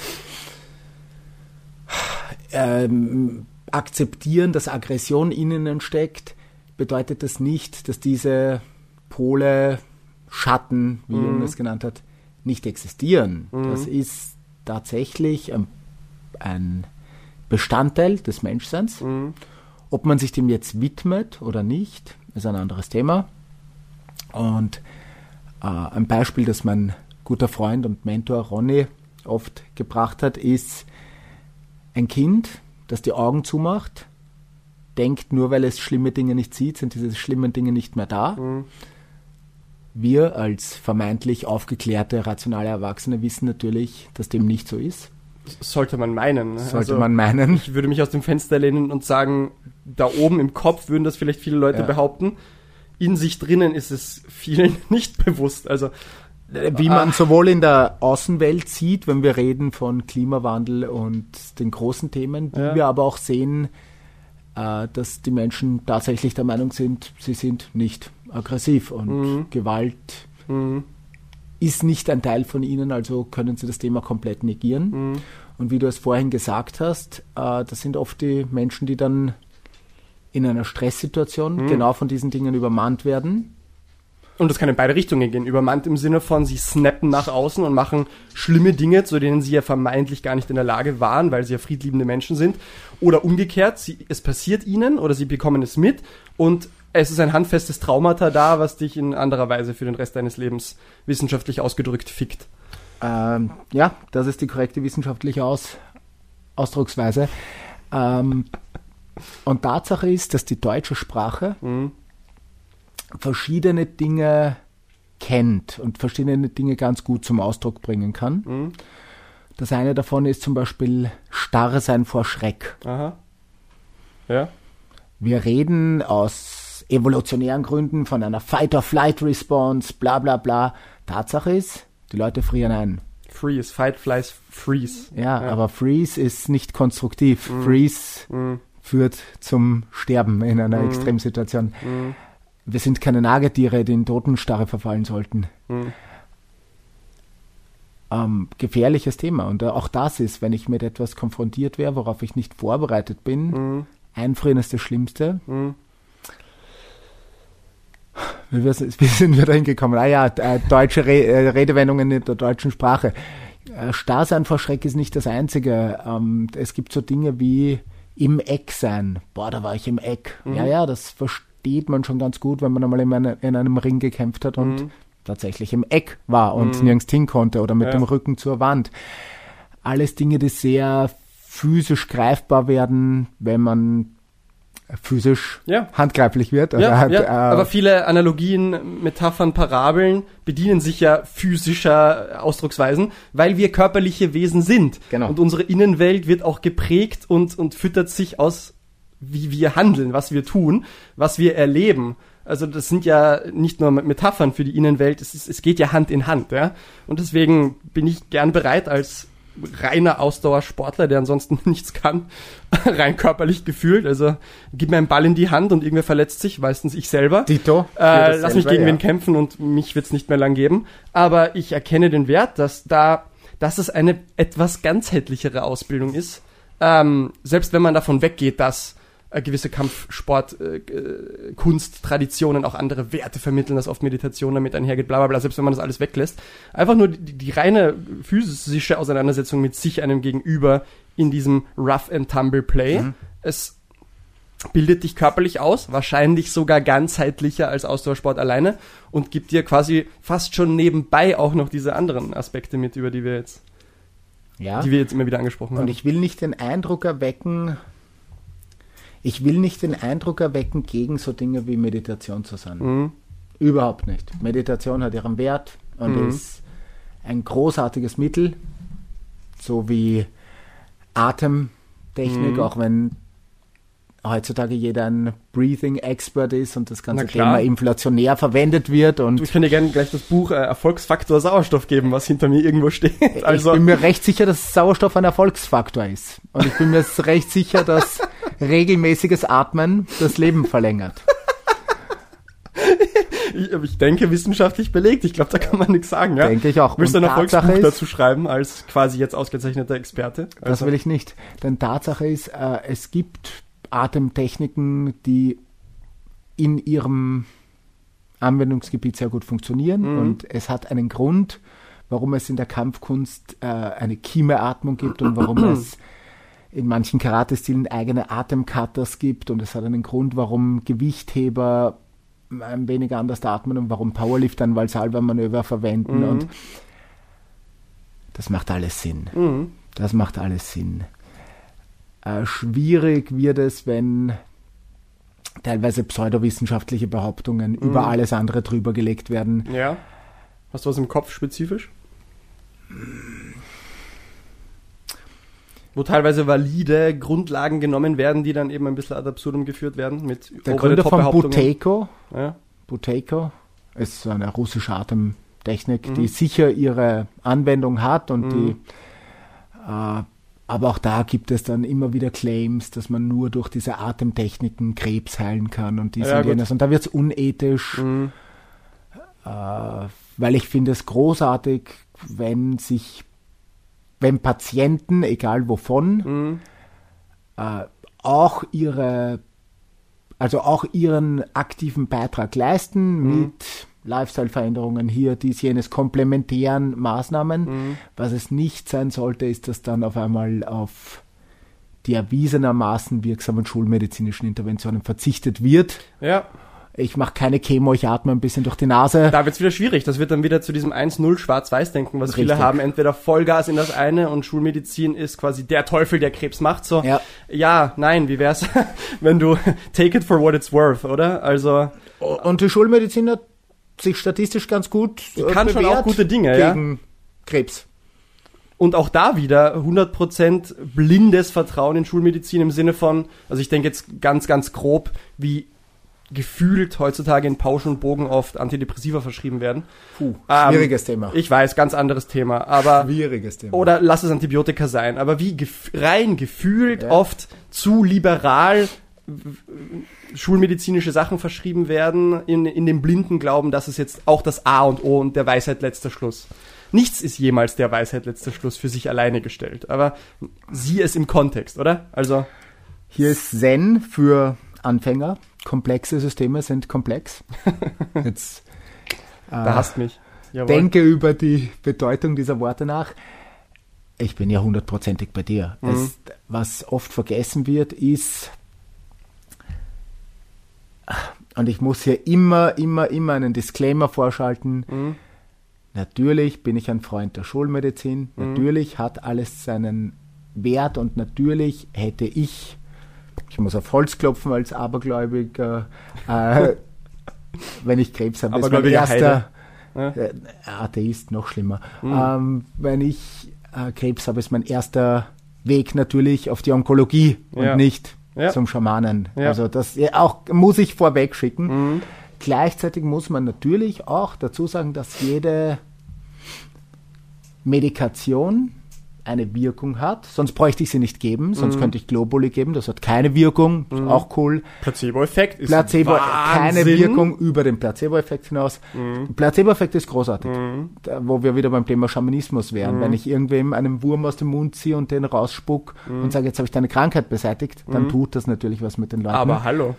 ähm, akzeptieren, dass Aggression in ihnen steckt, bedeutet das nicht, dass diese Pole, Schatten, wie mhm. Jung es genannt hat, nicht existieren. Mhm. Das ist tatsächlich ein, ein Bestandteil des Menschseins. Mhm. Ob man sich dem jetzt widmet oder nicht, ist ein anderes Thema. Und Uh, ein Beispiel, das mein guter Freund und Mentor Ronny oft gebracht hat, ist ein Kind, das die Augen zumacht, denkt, nur weil es schlimme Dinge nicht sieht, sind diese schlimmen Dinge nicht mehr da. Mhm. Wir als vermeintlich aufgeklärte, rationale Erwachsene wissen natürlich, dass dem nicht so ist. Sollte man meinen. Sollte also, man meinen. Ich würde mich aus dem Fenster lehnen und sagen, da oben im Kopf würden das vielleicht viele Leute ja. behaupten. In sich drinnen ist es vielen nicht bewusst. Also wie man sowohl in der Außenwelt sieht, wenn wir reden von Klimawandel und den großen Themen, wie ja. wir aber auch sehen, äh, dass die Menschen tatsächlich der Meinung sind, sie sind nicht aggressiv und mhm. Gewalt mhm. ist nicht ein Teil von ihnen, also können sie das Thema komplett negieren. Mhm. Und wie du es vorhin gesagt hast, äh, das sind oft die Menschen, die dann in einer Stresssituation mhm. genau von diesen Dingen übermannt werden. Und das kann in beide Richtungen gehen. Übermannt im Sinne von, sie snappen nach außen und machen schlimme Dinge, zu denen sie ja vermeintlich gar nicht in der Lage waren, weil sie ja friedliebende Menschen sind. Oder umgekehrt, sie, es passiert ihnen oder sie bekommen es mit und es ist ein handfestes Traumata da, was dich in anderer Weise für den Rest deines Lebens wissenschaftlich ausgedrückt fickt. Ähm, ja, das ist die korrekte wissenschaftliche Aus- Ausdrucksweise. Ähm, Und Tatsache ist, dass die deutsche Sprache mhm. verschiedene Dinge kennt und verschiedene Dinge ganz gut zum Ausdruck bringen kann. Mhm. Das eine davon ist zum Beispiel Starrsein vor Schreck. Aha. Ja. Wir reden aus evolutionären Gründen von einer Fight-or-Flight-Response, bla bla bla. Tatsache ist, die Leute frieren ein. Freeze, Fight, Flies, Freeze. Ja, ja. aber Freeze ist nicht konstruktiv. Mhm. Freeze mhm. führt zum Sterben in einer mhm. Extremsituation. Mhm. Wir sind keine Nagetiere, die in Totenstarre verfallen sollten. Mhm. Ähm, gefährliches Thema. Und auch das ist, wenn ich mit etwas konfrontiert wäre, worauf ich nicht vorbereitet bin, mhm. einfrieren ist das Schlimmste. Mhm. Wie, wie sind wir da hingekommen? Ah ja, äh, deutsche Re- äh, Redewendungen in der deutschen Sprache. Äh, Starrsein vor Schreck ist nicht das Einzige. Ähm, es gibt so Dinge wie im Eck sein. Boah, da war ich im Eck. Mhm. Ja, ja, das versteht man schon ganz gut, wenn man einmal in, eine, in einem Ring gekämpft hat und mhm. tatsächlich im Eck war und mhm. nirgends hin konnte oder mit ja. dem Rücken zur Wand. Alles Dinge, die sehr physisch greifbar werden, wenn man physisch ja. handgreiflich wird. Also ja, hat, ja. Äh, aber viele Analogien, Metaphern, Parabeln bedienen sich ja physischer Ausdrucksweisen, weil wir körperliche Wesen sind. Genau. Und unsere Innenwelt wird auch geprägt und, und füttert sich aus, wie wir handeln, was wir tun, was wir erleben. Also das sind ja nicht nur Metaphern für die Innenwelt, es, ist, es geht ja Hand in Hand, ja. Und deswegen bin ich gern bereit als reiner Ausdauersportler, der ansonsten nichts kann, rein körperlich gefühlt. Also gib mir einen Ball in die Hand und irgendwer verletzt sich, meistens ich selber. Dito. Äh, lass mich gegen ja. wen kämpfen und mich wird's nicht mehr lang geben. Aber ich erkenne den Wert, dass da, dass es eine etwas ganzheitlichere Ausbildung ist. Ähm, selbst wenn man davon weggeht, dass äh, gewisse Kampfsport, äh, äh, Kunst, Traditionen auch andere Werte vermitteln, dass oft Meditation damit einhergeht, bla bla bla, selbst wenn man das alles weglässt. Einfach nur die, die reine physische Auseinandersetzung mit sich, einem Gegenüber in diesem Rough and Tumble Play. Mhm. Es bildet dich körperlich aus, wahrscheinlich sogar ganzheitlicher als Ausdauersport alleine und gibt dir quasi fast schon nebenbei auch noch diese anderen Aspekte mit, über die wir jetzt, ja. die wir jetzt immer wieder angesprochen und haben. Und ich will nicht den Eindruck erwecken, ich will nicht den Eindruck erwecken, gegen so Dinge wie Meditation zu sein. Mhm. Überhaupt nicht. Meditation hat ihren Wert und mhm. ist ein großartiges Mittel, so wie Atemtechnik, Mhm. auch wenn heutzutage jeder ein Breathing-Expert ist und das ganze Na klar. Thema inflationär verwendet wird. Und Du, ich kann dir gerne gleich das Buch äh, Erfolgsfaktor Sauerstoff geben, was hinter mir irgendwo steht. Also, ich bin mir recht sicher, dass Sauerstoff ein Erfolgsfaktor ist. Und ich bin mir recht sicher, dass regelmäßiges Atmen das Leben verlängert. ich, ich denke, wissenschaftlich belegt. Ich glaube, da kann man nichts sagen. Ja? Denke ich auch. Willst du ein Und Erfolgsbuch Tatsache ist- dazu schreiben, als quasi jetzt ausgezeichneter Experte? Das Also, will ich nicht. Denn Tatsache ist, äh, es gibt Atemtechniken, die in ihrem Anwendungsgebiet sehr gut funktionieren. Mhm. Und es hat einen Grund, warum es in der Kampfkunst äh, eine Kiemeatmung gibt und warum es in manchen Karate-Stilen eigene Atemkatas gibt. Und es hat einen Grund, warum Gewichtheber ein wenig anders atmen und warum Powerlifter ein Valsalva-Manöver verwenden. Mhm. Und das macht alles Sinn. Mhm. Das macht alles Sinn. Äh, schwierig wird es, wenn teilweise pseudowissenschaftliche Behauptungen Mhm. über alles andere drüber gelegt werden. Ja. Hast du was im Kopf spezifisch? Wo teilweise valide Grundlagen genommen werden, die dann eben ein bisschen ad absurdum geführt werden mit Der over the Gründer top von Behauptungen. Buteyko, Ja. Buteyko ist so eine russische Atemtechnik, Mhm. die sicher ihre Anwendung hat und Mhm. die äh, aber auch da gibt es dann immer wieder Claims, dass man nur durch diese Atemtechniken Krebs heilen kann und dies Ja, und gut. jenes. Und da wird es unethisch, Mhm. äh, weil ich finde es großartig, wenn sich, wenn Patienten, egal wovon, Mhm. äh, auch ihre, also auch ihren aktiven Beitrag leisten Mhm. mit Lifestyle-Veränderungen hier, dies, jenes, komplementären Maßnahmen. Mhm. Was es nicht sein sollte, ist, dass dann auf einmal auf die erwiesenermaßen wirksamen schulmedizinischen Interventionen verzichtet wird. Ja, Ich mache keine Chemo, ich atme ein bisschen durch die Nase. da wird's wieder schwierig. Das wird dann wieder zu diesem eins null Schwarz-Weiß-Denken, was viele Richtig. haben. Entweder Vollgas in das eine und Schulmedizin ist quasi der Teufel, der Krebs macht. So, Ja. ja nein, wie wär's, wenn du take it for what it's worth, oder? Also, Und die Schulmedizin hat sich statistisch ganz gut Die kann schon bewährt auch gute Dinge, ja. gegen Krebs. und auch da wieder hundert Prozent blindes Vertrauen in Schulmedizin im Sinne von, also ich denke jetzt ganz, ganz grob, wie gefühlt heutzutage in Pausch und Bogen oft Antidepressiva verschrieben werden. Puh, Ähm, schwieriges Thema. Ich weiß, ganz anderes Thema, aber Schwieriges Thema. oder lass es Antibiotika sein, aber wie gef rein gefühlt Ja. oft zu liberal w- schulmedizinische Sachen verschrieben werden, in, in dem blinden Glauben, dass es jetzt auch das A und O und der Weisheit letzter Schluss. Nichts ist jemals der Weisheit letzter Schluss für sich alleine gestellt, aber sieh es im Kontext, oder? Also, Hier ist Zen für Anfänger. Komplexe Systeme sind komplex. Jetzt da äh, hasst mich. Jawohl. denke über die Bedeutung dieser Worte nach. Ich bin ja hundertprozentig bei dir. Mhm. Es, was oft vergessen wird, ist, und ich muss hier immer, immer, immer einen Disclaimer vorschalten. Mhm. Natürlich bin ich ein Freund der Schulmedizin. Mhm. Natürlich hat alles seinen Wert und natürlich hätte ich, ich muss auf Holz klopfen als Abergläubiger, äh, wenn ich Krebs habe, ist mein Abergläubiger erster Heide. äh, Atheist, noch schlimmer. Mhm. Ähm, wenn ich äh, Krebs habe, ist mein erster Weg natürlich auf die Onkologie und Ja. nicht Ja. zum Schamanen. Ja. Also das ja, auch muss ich vorweg schicken. Mhm. Gleichzeitig muss man natürlich auch dazu sagen, dass jede Medikation eine Wirkung hat, sonst bräuchte ich sie nicht geben, sonst mhm. könnte ich Globuli geben, das hat keine Wirkung, ist mhm. auch cool. Placebo-Effekt ist Placebo, Wahnsinn. Keine Wirkung über den Placebo-Effekt hinaus. Mhm. Placebo-Effekt ist großartig, mhm. da, wo wir wieder beim Thema Schamanismus wären. Mhm. Wenn ich irgendwem einen Wurm aus dem Mund ziehe und den rausspuck mhm. und sage, jetzt habe ich deine Krankheit beseitigt, dann mhm. tut das natürlich was mit den Leuten. Aber hallo.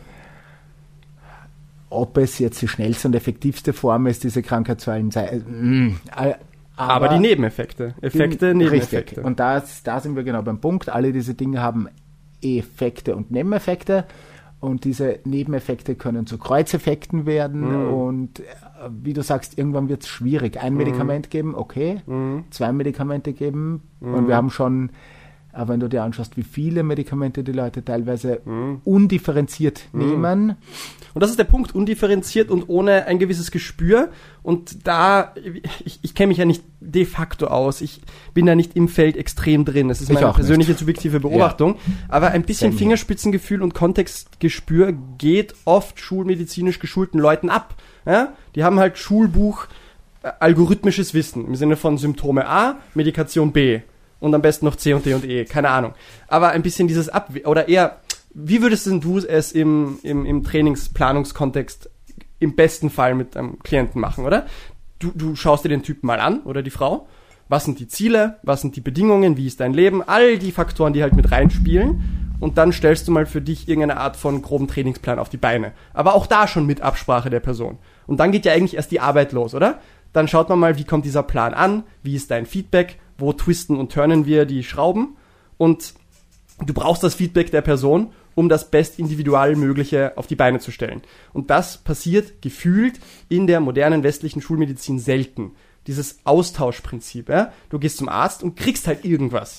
Ob es jetzt die schnellste und effektivste Form ist, diese Krankheit zu heilen, sei, mh, Aber, Aber die Nebeneffekte. Effekte, die, Nebeneffekte. Richtig. Und da, da sind wir genau beim Punkt. Alle diese Dinge haben Effekte und Nebeneffekte. Und diese Nebeneffekte können zu Kreuzeffekten werden. Mhm. Und wie du sagst, irgendwann wird es schwierig. Ein mhm. Medikament geben, okay. Mhm. Zwei Medikamente geben. Mhm. Und wir haben schon, aber wenn du dir anschaust, wie viele Medikamente die Leute teilweise mhm. undifferenziert mhm. nehmen. Und das ist der Punkt, undifferenziert und ohne ein gewisses Gespür. Und da, ich, ich kenne mich ja nicht de facto aus, ich bin da nicht im Feld extrem drin. Das ist meine persönliche nicht. subjektive Beobachtung. Ja. Aber ein bisschen Sehr Fingerspitzengefühl und Kontextgespür geht oft schulmedizinisch geschulten Leuten ab. Ja? Die haben halt Schulbuch äh, algorithmisches Wissen im Sinne von Symptome A, Medikation B. Und am besten noch C und D und E, keine Ahnung. Aber ein bisschen dieses Abwe- oder eher, wie würdest denn du es im, im, im Trainingsplanungskontext im besten Fall mit einem Klienten machen, oder? Du, du schaust dir den Typen mal an oder die Frau. Was sind die Ziele? Was sind die Bedingungen? Wie ist dein Leben? All die Faktoren, die halt mit reinspielen. Und dann stellst du mal für dich irgendeine Art von groben Trainingsplan auf die Beine. Aber auch da schon mit Absprache der Person. Und dann geht ja eigentlich erst die Arbeit los, oder? Dann schaut man mal, wie kommt dieser Plan an? Wie ist dein Feedback? Wo twisten und turnen wir die Schrauben? Und du brauchst das Feedback der Person, um das bestindividual Mögliche auf die Beine zu stellen. Und das passiert gefühlt in der modernen westlichen Schulmedizin selten. Dieses Austauschprinzip. Ja? Du gehst zum Arzt und kriegst halt irgendwas.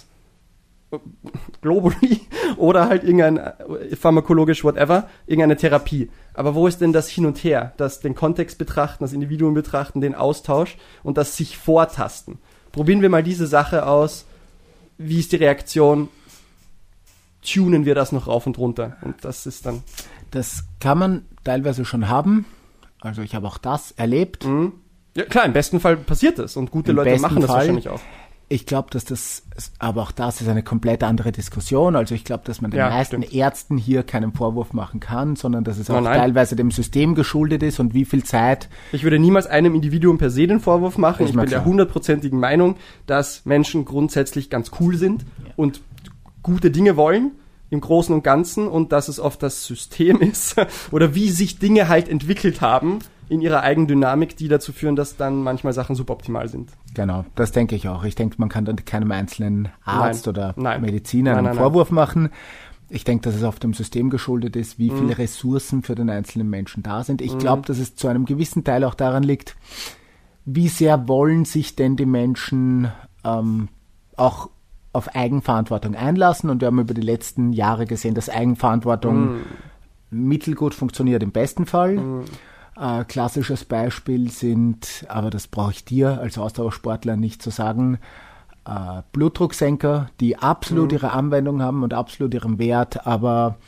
Globuli oder halt irgendein pharmakologisch whatever, irgendeine Therapie. Aber wo ist denn das Hin und Her? Das den Kontext betrachten, das Individuum betrachten, den Austausch und das sich vortasten. Probieren wir mal diese Sache aus. Wie ist die Reaktion? Tunen wir das noch rauf und runter. Und das ist dann... Das kann man teilweise schon haben. Also ich habe auch das erlebt. Mhm. Ja klar, im besten Fall passiert das. Und gute Im Leute machen das Fall, wahrscheinlich auch. Ich glaube, dass das, aber auch das ist eine komplett andere Diskussion. Also ich glaube, dass man den ja, meisten stimmt. Ärzten hier keinen Vorwurf machen kann, sondern dass es auch nein, nein. teilweise dem System geschuldet ist und wie viel Zeit... Ich würde niemals einem Individuum per se den Vorwurf machen. Ist ich bin klar. der hundertprozentigen Meinung, dass Menschen grundsätzlich ganz cool sind Ja. und gute Dinge wollen im Großen und Ganzen und dass es oft das System ist oder wie sich Dinge halt entwickelt haben in ihrer eigenen Dynamik, die dazu führen, dass dann manchmal Sachen suboptimal sind. Genau, das denke ich auch. Ich denke, man kann dann keinem einzelnen Arzt Nein. oder Nein. Mediziner Nein, einen nein, nein. Vorwurf machen. Ich denke, dass es auf dem System geschuldet ist, wie Mhm. viele Ressourcen für den einzelnen Menschen da sind. Ich glaube, dass es zu einem gewissen Teil auch daran liegt, wie sehr wollen sich denn die Menschen ähm, auch auf Eigenverantwortung einlassen. Und wir haben über die letzten Jahre gesehen, dass Eigenverantwortung Mhm. mittelgut funktioniert im besten Fall. Mhm. Äh, klassisches Beispiel sind, aber das brauche ich dir als Ausdauersportler nicht zu sagen, äh, Blutdrucksenker, die absolut Mhm. ihre Anwendung haben und absolut ihren Wert, aber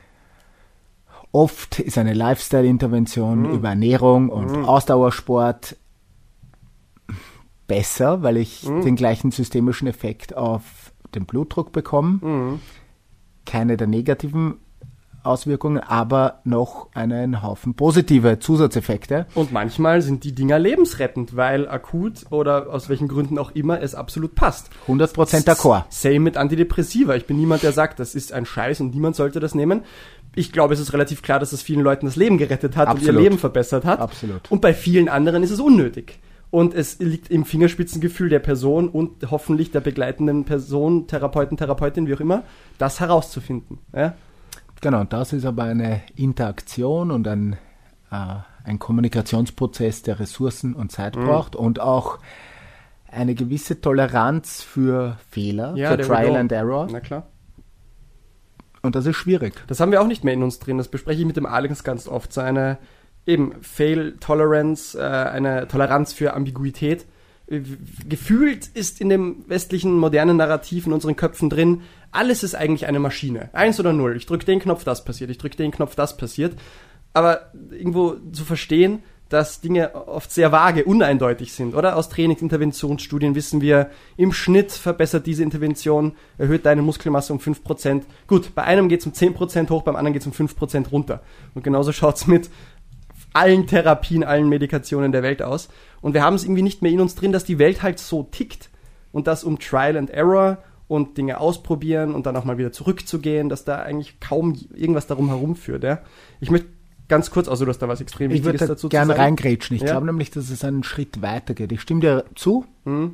oft ist eine Lifestyle-Intervention Mhm. über Ernährung und Mhm. Ausdauersport besser, weil ich Mhm. den gleichen systemischen Effekt auf den Blutdruck bekomme. Mhm. Keine der negativen Auswirkungen, aber noch einen Haufen positive Zusatzeffekte. Und manchmal sind die Dinger lebensrettend, weil akut oder aus welchen Gründen auch immer es absolut passt. hundert Prozent d'accord. Same mit Antidepressiva. Ich bin niemand, der sagt, das ist ein Scheiß und niemand sollte das nehmen. Ich glaube, es ist relativ klar, dass es vielen Leuten das Leben gerettet hat Absolut. und ihr Leben verbessert hat. Absolut. Und bei vielen anderen ist es unnötig. Und es liegt im Fingerspitzengefühl der Person und hoffentlich der begleitenden Person, Therapeuten, Therapeutin, wie auch immer, das herauszufinden. Ja? Genau, und das ist aber eine Interaktion und ein, äh, ein Kommunikationsprozess, der Ressourcen und Zeit Mhm. braucht und auch eine gewisse Toleranz für Fehler, Ja, für there we Trial go. and Error. Na klar. Und das ist schwierig. Das haben wir auch nicht mehr in uns drin. Das bespreche ich mit dem Alex ganz oft. So eine eben Fail-Tolerance, äh, eine Toleranz für Ambiguität. Äh, Gefühlt ist in dem westlichen modernen Narrativ in unseren Köpfen drin, alles ist eigentlich eine Maschine. Eins oder null. Ich drücke den Knopf, das passiert. Ich drücke den Knopf, das passiert. aber irgendwo zu verstehen, dass Dinge oft sehr vage, uneindeutig sind, oder? Aus Trainingsinterventionsstudien wissen wir, im Schnitt verbessert diese Intervention, erhöht deine Muskelmasse um fünf Prozent. Gut, bei einem geht es um zehn Prozent hoch, beim anderen geht es um fünf Prozent runter. Und genauso schaut es mit allen Therapien, allen Medikationen der Welt aus. Und wir haben es irgendwie nicht mehr in uns drin, dass die Welt halt so tickt und dass um Trial and Error und Dinge ausprobieren und dann auch mal wieder zurückzugehen, dass da eigentlich kaum irgendwas darum herumführt. Ja? Ich möchte ganz kurz, also du hast da was extrem ich Wichtiges würde dazu da gerne zu sagen. reingrätschen. Ich ja? glaube nämlich, dass es einen Schritt weiter geht. Ich stimme dir zu. Mhm.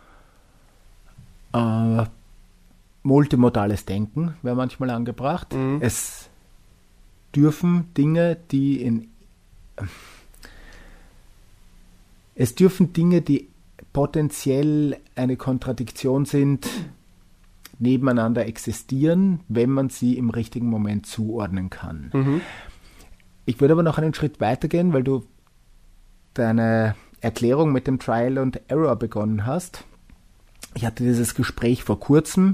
Äh, multimodales Denken wäre manchmal angebracht. Mhm. Es dürfen Dinge, die in es dürfen Dinge, die potenziell eine Kontradiktion sind, nebeneinander existieren, wenn man sie im richtigen Moment zuordnen kann. Mhm. Ich würde aber noch einen Schritt weitergehen, weil du deine Erklärung mit dem Trial and Error begonnen hast. Ich hatte dieses Gespräch vor kurzem.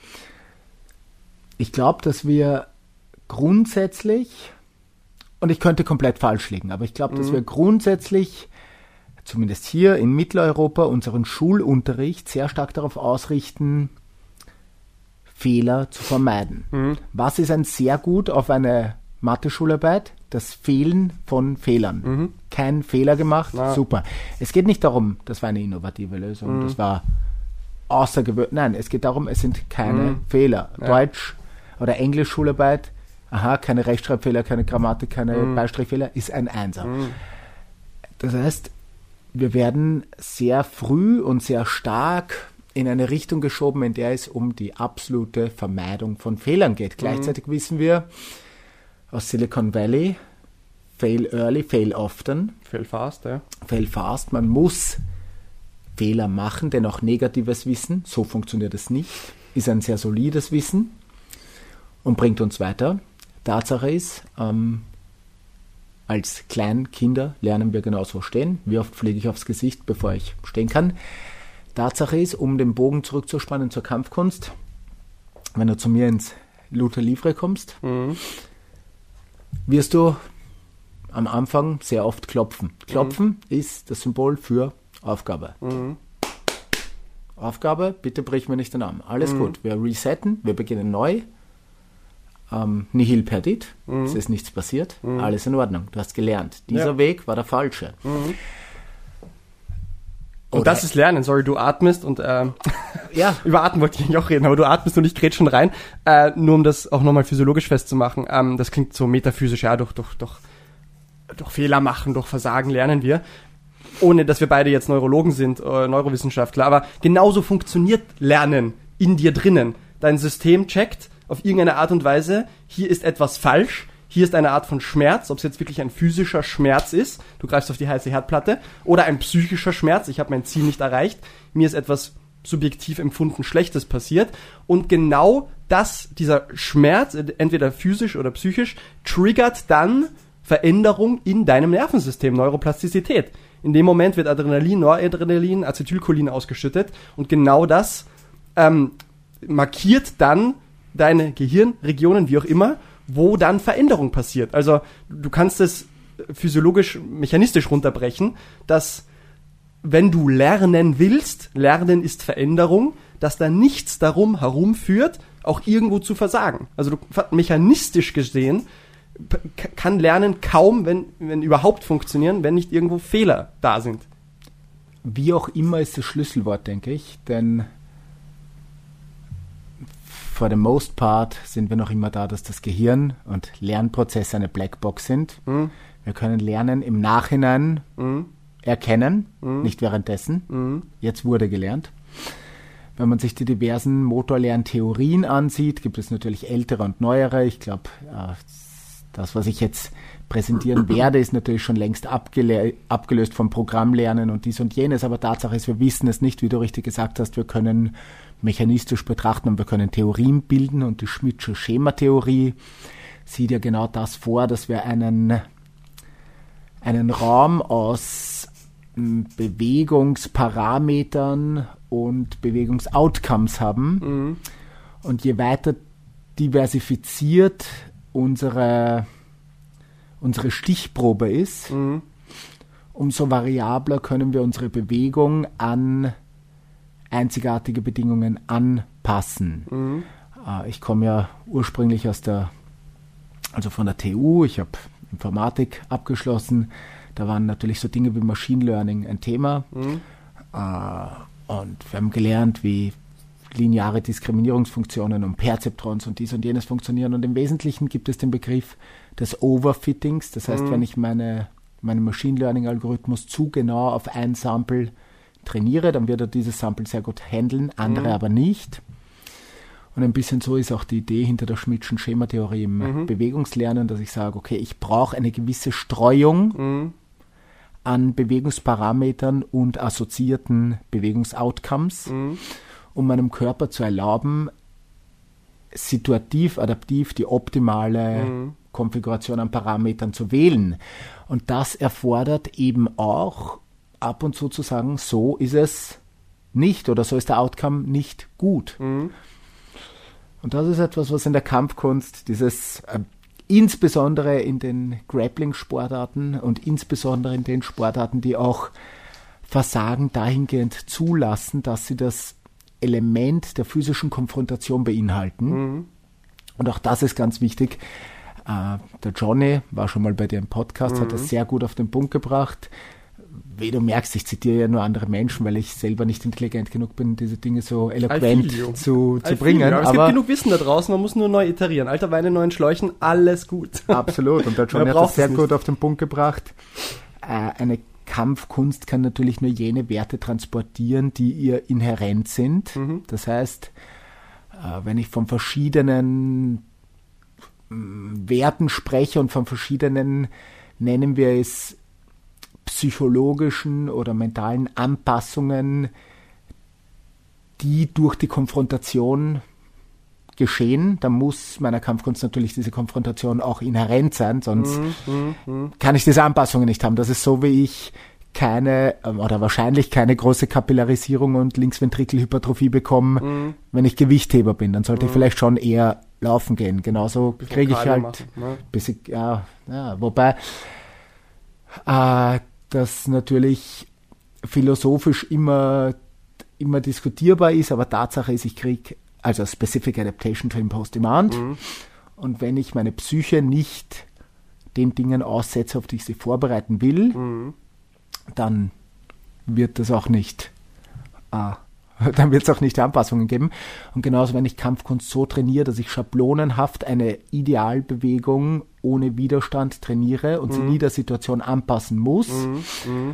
Ich glaube, dass wir grundsätzlich, und ich könnte komplett falsch liegen, aber ich glaube, mhm. dass wir grundsätzlich, zumindest hier in Mitteleuropa, unseren Schulunterricht sehr stark darauf ausrichten, Fehler zu vermeiden. Mhm. Was ist ein sehr gut auf eine Mathe-Schularbeit? Das Fehlen von Fehlern. Mhm. Kein Fehler gemacht, Na. super. Es geht nicht darum, das war eine innovative Lösung, mhm. das war außergewöhnlich. Nein, es geht darum, es sind keine mhm. Fehler. Ja. Deutsch- oder Englisch-Schularbeit, aha, keine Rechtschreibfehler, keine Grammatik, keine mhm. Beistrichfehler, ist ein Einser. Mhm. Das heißt, wir werden sehr früh und sehr stark in eine Richtung geschoben, in der es um die absolute Vermeidung von Fehlern geht. Mhm. Gleichzeitig wissen wir aus Silicon Valley, fail early, fail often. Fail fast, ja. Fail fast. Man muss Fehler machen, denn auch negatives Wissen, so funktioniert es nicht, ist ein sehr solides Wissen und bringt uns weiter. Tatsache ist, ähm, als Kleinkinder lernen wir genauso stehen. Wie oft fliege ich aufs Gesicht, bevor ich stehen kann? Tatsache ist, um den Bogen zurückzuspannen zur Kampfkunst, wenn du zu mir ins Lutte Livre kommst, mhm. wirst du am Anfang sehr oft klopfen. Klopfen mhm. ist das Symbol für Aufgabe. Mhm. Aufgabe, bitte brich mir nicht den Arm. Alles mhm. gut, wir resetten, wir beginnen neu. Ähm, nihil perdit, mhm. es ist nichts passiert, mhm. alles in Ordnung, du hast gelernt. Dieser ja. Weg war der falsche. Mhm. Und Oder das ist Lernen, sorry, du atmest und ähm, ja. über Atmen wollte ich eigentlich auch reden, aber du atmest und ich grätsch schon rein, äh, nur um das auch nochmal physiologisch festzumachen. Ähm, das klingt so metaphysisch, ja, durch, durch, durch, durch Fehler machen, durch Versagen lernen wir, ohne dass wir beide jetzt Neurologen sind, äh, Neurowissenschaftler, aber genauso funktioniert Lernen in dir drinnen. Dein System checkt auf irgendeine Art und Weise, hier ist etwas falsch, hier ist eine Art von Schmerz, ob es jetzt wirklich ein physischer Schmerz ist, du greifst auf die heiße Herdplatte, oder ein psychischer Schmerz, ich habe mein Ziel nicht erreicht, mir ist etwas subjektiv empfunden Schlechtes passiert und genau das, dieser Schmerz, entweder physisch oder psychisch, triggert dann Veränderung in deinem Nervensystem, Neuroplastizität. In dem Moment wird Adrenalin, Noradrenalin, Acetylcholin ausgeschüttet und genau das ähm, markiert dann deine Gehirnregionen, wie auch immer, wo dann Veränderung passiert. Also du kannst es physiologisch, mechanistisch runterbrechen, dass wenn du lernen willst, Lernen ist Veränderung, dass da nichts darum herumführt, auch irgendwo zu versagen. Also du, mechanistisch gesehen p- kann Lernen kaum, wenn, wenn überhaupt funktionieren, wenn nicht irgendwo Fehler da sind. Wie auch immer ist das Schlüsselwort, denke ich, denn for the most part sind wir noch immer da, dass das Gehirn und Lernprozesse eine Blackbox sind. Mhm. Wir können Lernen im Nachhinein mhm. erkennen, mhm. nicht währenddessen. Mhm. Jetzt wurde gelernt. Wenn man sich die diversen Motorlerntheorien ansieht, gibt es natürlich ältere und neuere. Ich glaube, das, was ich jetzt präsentieren werde, ist natürlich schon längst abgele- abgelöst vom Programmlernen und dies und jenes. Aber Tatsache ist, wir wissen es nicht, wie du richtig gesagt hast. Wir können mechanistisch betrachten und wir können Theorien bilden und die Schmidtsche Schematheorie sieht ja genau das vor, dass wir einen, einen Raum aus m, Bewegungsparametern und Bewegungsoutcomes haben. Mhm. Und je weiter diversifiziert unsere, unsere Stichprobe ist, Mhm. umso variabler können wir unsere Bewegung an einzigartige Bedingungen anpassen. Mhm. Äh, ich komme ja ursprünglich aus der, also von der T U, ich habe Informatik abgeschlossen, da waren natürlich so Dinge wie Machine Learning ein Thema. Mhm. Äh, und wir haben gelernt, wie lineare Diskriminierungsfunktionen und Perzeptrons und dies und jenes funktionieren. Und im Wesentlichen gibt es den Begriff des Overfittings. Das heißt, Mhm. wenn ich meine, meinen Machine Learning Algorithmus zu genau auf ein Sample trainiere, dann wird er dieses Sample sehr gut handeln, andere Mhm. aber nicht. Und ein bisschen so ist auch die Idee hinter der Schmidtschen Schematheorie im Mhm. Bewegungslernen, dass ich sage, okay, ich brauche eine gewisse Streuung Mhm. an Bewegungsparametern und assoziierten Bewegungsoutcomes, Mhm. um meinem Körper zu erlauben, situativ, adaptiv die optimale Mhm. Konfiguration an Parametern zu wählen. Und das erfordert eben auch ab und zu zu sagen, so ist es nicht oder so ist der Outcome nicht gut. Mhm. Und das ist etwas, was in der Kampfkunst dieses äh, insbesondere in den Grappling-Sportarten und insbesondere in den Sportarten, die auch Versagen dahingehend zulassen, dass sie das Element der physischen Konfrontation beinhalten. Mhm. Und auch das ist ganz wichtig. Äh, der Johnny war schon mal bei dir im Podcast, Mhm. hat das sehr gut auf den Punkt gebracht. Wie du merkst, ich zitiere ja nur andere Menschen, weil ich selber nicht intelligent genug bin, diese Dinge so eloquent I feel you. zu, zu I feel bringen. you. Aber es Aber gibt genug Wissen da draußen, man muss nur neu iterieren. Alter Wein in neuen Schläuchen, alles gut. absolut. Und der Johnny Wer hat braucht das sehr es gut nicht? auf den Punkt gebracht. Äh, eine Kampfkunst kann natürlich nur jene Werte transportieren, die ihr inhärent sind. Mhm. Das heißt, äh, wenn ich von verschiedenen mh, Werten spreche und von verschiedenen, nennen wir es, psychologischen oder mentalen Anpassungen, die durch die Konfrontation geschehen, dann muss meiner Kampfkunst natürlich diese Konfrontation auch inhärent sein, sonst Mhm. Mhm. kann ich diese Anpassungen nicht haben. Das ist so, wie ich keine ähm, oder wahrscheinlich keine große Kapillarisierung und Linksventrikelhypertrophie bekomme, Mhm. wenn ich Gewichtheber bin. Dann sollte ich vielleicht schon eher laufen gehen. Genauso Bisschen kriege ich Cardio halt machen, ne? bisschen, ja, ja, wobei äh, das natürlich philosophisch immer, immer diskutierbar ist, aber Tatsache ist, ich kriege also Specific Adaptation to Impose Demand. Mhm. Und wenn ich meine Psyche nicht den Dingen aussetze, auf die ich sie vorbereiten will, Mhm. dann wird das auch nicht, äh, dann wird es auch nicht Anpassungen geben. Und genauso, wenn ich Kampfkunst so trainiere, dass ich schablonenhaft eine Idealbewegung ohne Widerstand trainiere und sie nie der Situation anpassen muss, Mhm. Mhm.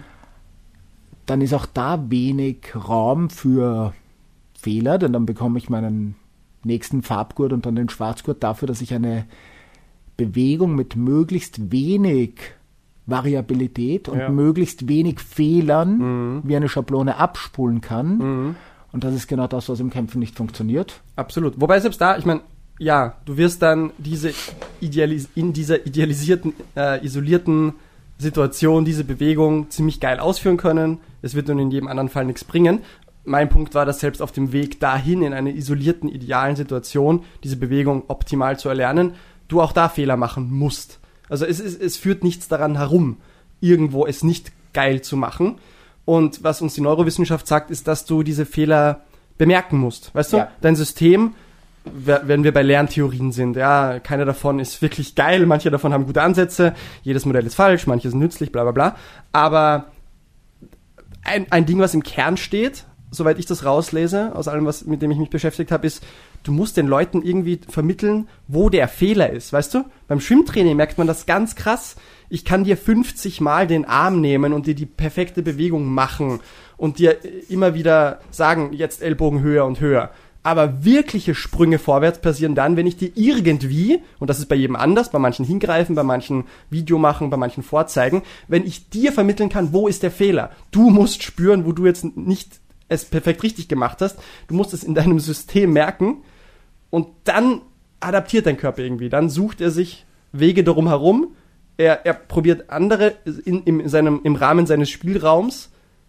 dann ist auch da wenig Raum für Fehler, denn dann bekomme ich meinen nächsten Farbgurt und dann den Schwarzgurt dafür, dass ich eine Bewegung mit möglichst wenig Variabilität und Ja. möglichst wenig Fehlern Mhm. wie eine Schablone abspulen kann. Mhm. Und das ist genau das, was im Kämpfen nicht funktioniert. Absolut. Wobei selbst da, ich meine, ja, du wirst dann diese idealis in dieser idealisierten, äh, isolierten Situation diese Bewegung ziemlich geil ausführen können. Es wird dann in jedem anderen Fall nichts bringen. Mein Punkt war, dass selbst auf dem Weg dahin, in einer isolierten, idealen Situation, diese Bewegung optimal zu erlernen, du auch da Fehler machen musst. Also es, es, es führt nichts daran herum, irgendwo es nicht geil zu machen. Und was uns die Neurowissenschaft sagt, ist, dass du diese Fehler bemerken musst. Weißt du? Ja. Dein System, wenn wir bei Lerntheorien sind, ja, keine davon ist wirklich geil, manche davon haben gute Ansätze, jedes Modell ist falsch, manche sind nützlich, bla bla bla. Aber ein, ein Ding, was im Kern steht, soweit ich das rauslese, aus allem, was, mit dem ich mich beschäftigt habe, ist, du musst den Leuten irgendwie vermitteln, wo der Fehler ist, weißt du? Beim Schwimmtraining merkt man das ganz krass. Ich kann dir fünfzig Mal den Arm nehmen und dir die perfekte Bewegung machen und dir immer wieder sagen, jetzt Ellbogen höher und höher. Aber wirkliche Sprünge vorwärts passieren dann, wenn ich dir irgendwie, und das ist bei jedem anders, bei manchen hingreifen, bei manchen Video machen, bei manchen vorzeigen, wenn ich dir vermitteln kann, wo ist der Fehler. Du musst spüren, wo du jetzt nicht es perfekt richtig gemacht hast. Du musst es in deinem System merken und dann adaptiert dein Körper irgendwie. Dann sucht er sich Wege darum herum. Er, er probiert andere in, in seinem, im Rahmen seines Spielraums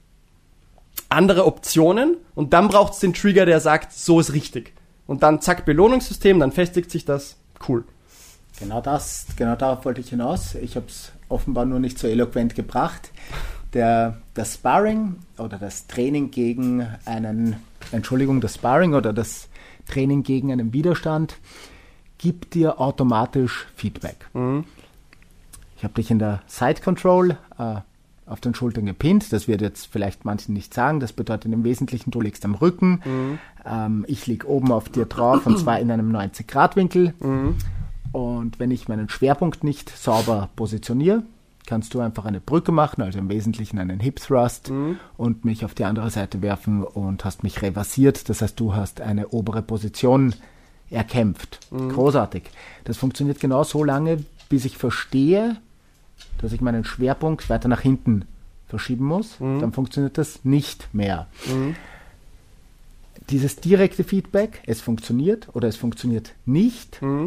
andere Optionen und dann braucht es den Trigger, der sagt, so ist richtig. Und dann zack, Belohnungssystem, dann festigt sich das. Cool. Genau das, genau darauf wollte ich hinaus. Ich habe es offenbar nur nicht so eloquent gebracht. Der, das Sparring oder das Training gegen einen, Entschuldigung, das Sparring oder das Training gegen einen Widerstand gibt dir automatisch Feedback. Mhm. Ich habe dich in der Side Control äh, auf den Schultern gepinnt. Das wird jetzt vielleicht manchen nicht sagen. Das bedeutet im Wesentlichen, du liegst am Rücken. Mhm. Ähm, ich liege oben auf dir drauf und zwar in einem neunzig Grad Winkel. Mhm. Und wenn ich meinen Schwerpunkt nicht sauber positioniere, kannst du einfach eine Brücke machen, also im Wesentlichen einen Hip Thrust mhm. und mich auf die andere Seite werfen und hast mich reversiert. Das heißt, du hast eine obere Position erkämpft. Mhm. Großartig. Das funktioniert genau so lange, bis ich verstehe, dass ich meinen Schwerpunkt weiter nach hinten verschieben muss. Mhm. Dann funktioniert das nicht mehr. Mhm. Dieses direkte Feedback, es funktioniert oder es funktioniert nicht, mhm.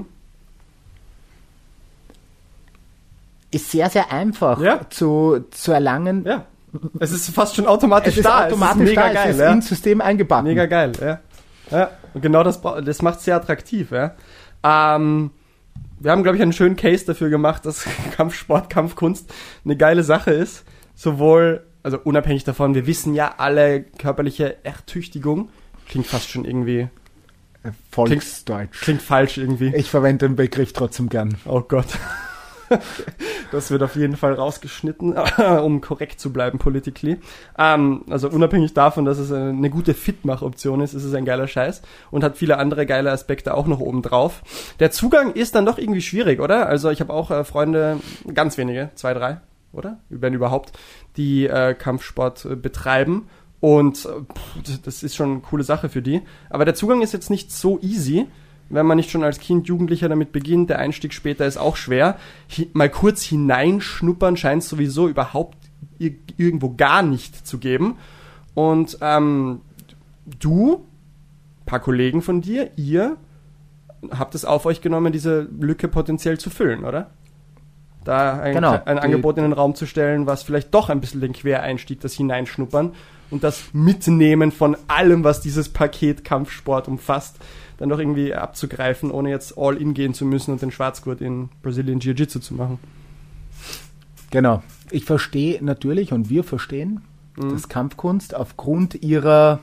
ist sehr, sehr einfach ja. zu, zu erlangen. Ja. Es ist fast schon automatisch es ist da. Automatisch es ist mega da. geil. Es ist ja. ins System eingebacken. Mega geil, ja. ja. Und genau das, das macht es sehr attraktiv. Ja. Ähm, wir haben, glaube ich, einen schönen Case dafür gemacht, dass Kampfsport, Kampfkunst eine geile Sache ist. Sowohl, also unabhängig davon, wir wissen ja alle, körperliche Ertüchtigung klingt fast schon irgendwie... Volksdeutsch. Klingt, klingt falsch irgendwie. Ich verwende den Begriff trotzdem gern. Oh Gott. Das wird auf jeden Fall rausgeschnitten, um korrekt zu bleiben politically. Ähm, also unabhängig davon, dass es eine gute Fitmach-Option ist, ist es ein geiler Scheiß und hat viele andere geile Aspekte auch noch oben drauf. Der Zugang ist dann doch irgendwie schwierig, oder? Also ich habe auch äh, Freunde, ganz wenige, zwei, drei, oder? Wenn überhaupt, die äh, Kampfsport äh, betreiben und äh, pff, das ist schon eine coole Sache für die. Aber der Zugang ist jetzt nicht so easy, wenn man nicht schon als Kind, Jugendlicher damit beginnt. Der Einstieg später ist auch schwer. Hi- mal kurz hineinschnuppern scheint es sowieso überhaupt ir- irgendwo gar nicht zu geben. Und ähm, du, paar Kollegen von dir, ihr habt es auf euch genommen, diese Lücke potenziell zu füllen, oder? Da ein, genau, ein Angebot in den Raum zu stellen, was vielleicht doch ein bisschen den Quereinstieg, das Hineinschnuppern und das Mitnehmen von allem, was dieses Paket Kampfsport umfasst, dann doch irgendwie abzugreifen, ohne jetzt all in gehen zu müssen und den Schwarzgurt in Brazilian Jiu-Jitsu zu machen. Genau. Ich verstehe natürlich und wir verstehen, mhm. dass Kampfkunst aufgrund ihrer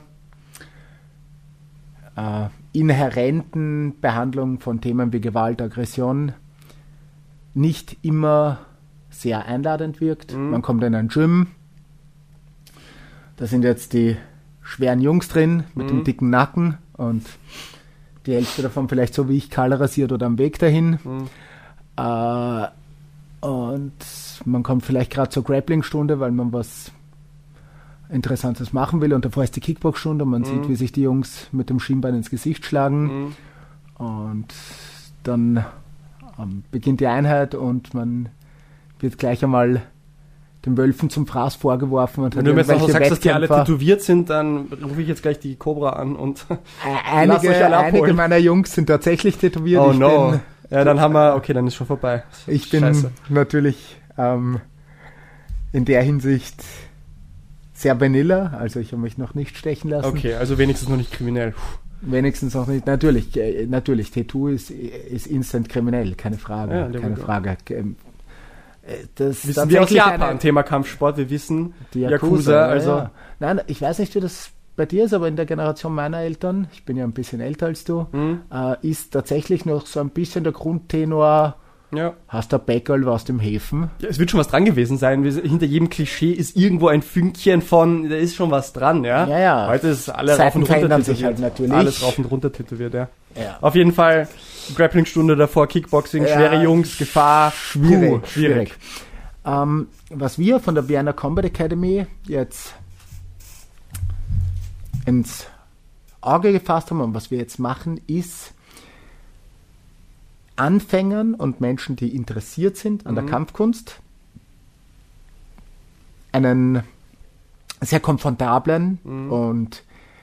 äh, inhärenten Behandlung von Themen wie Gewalt, Aggression nicht immer sehr einladend wirkt. Mhm. Man kommt in ein Gym, da sind jetzt die schweren Jungs drin mit mhm. dem dicken Nacken und die Hälfte davon vielleicht so wie ich kahl rasiert oder am Weg dahin. Mhm. Äh, und man kommt vielleicht gerade zur Grappling-Stunde, weil man was Interessantes machen will und davor ist die Kickbox-Stunde und man mhm. sieht, wie sich die Jungs mit dem Schienbein ins Gesicht schlagen. Mhm. Und dann ähm, beginnt die Einheit und man wird gleich einmal den Wölfen zum Fraß vorgeworfen. Und wenn du mir jetzt noch sagst, dass die alle tätowiert sind, dann rufe ich jetzt gleich die Cobra an und einige, lass euch alle abholen. Einige meiner Jungs sind tatsächlich tätowiert. Oh ich no. Bin, ja, dann haben wir, okay, dann ist schon vorbei. Ich bin Scheiße. natürlich ähm, in der Hinsicht sehr vanilla, also ich habe mich noch nicht stechen lassen. Okay, also wenigstens noch nicht kriminell. Puh. Wenigstens noch nicht. Natürlich, äh, natürlich, Tattoo ist, ist instant kriminell, keine Frage. Ja, keine Frage. Das wissen wir aus Japan, eine, Thema Kampfsport, wir wissen die Yakuza, Yakuza also ja. Nein, ich weiß nicht, wie das bei dir ist, aber in der Generation meiner Eltern, ich bin ja ein bisschen älter als du, mhm. äh, ist tatsächlich noch so ein bisschen der Grundtenor, ja. hast du ein Bäckerl aus dem Häfen? Ja, es wird schon was dran gewesen sein, hinter jedem Klischee ist irgendwo ein Fünkchen von, da ist schon was dran, ja? Ja, ja. Heute ist alles rauf und runter tätowiert. Halt natürlich. Alles rauf und runter tätowiert, ja. ja. Auf jeden Fall Grappling-Stunde davor, Kickboxing, ja, schwere Jungs, Gefahr, schwierig. Puh, schwierig. schwierig. Ähm, was wir von der Vienna Combat Academy jetzt ins Auge gefasst haben und was wir jetzt machen, ist Anfängern und Menschen, die interessiert sind an mhm. der Kampfkunst, einen sehr komfortablen mhm. und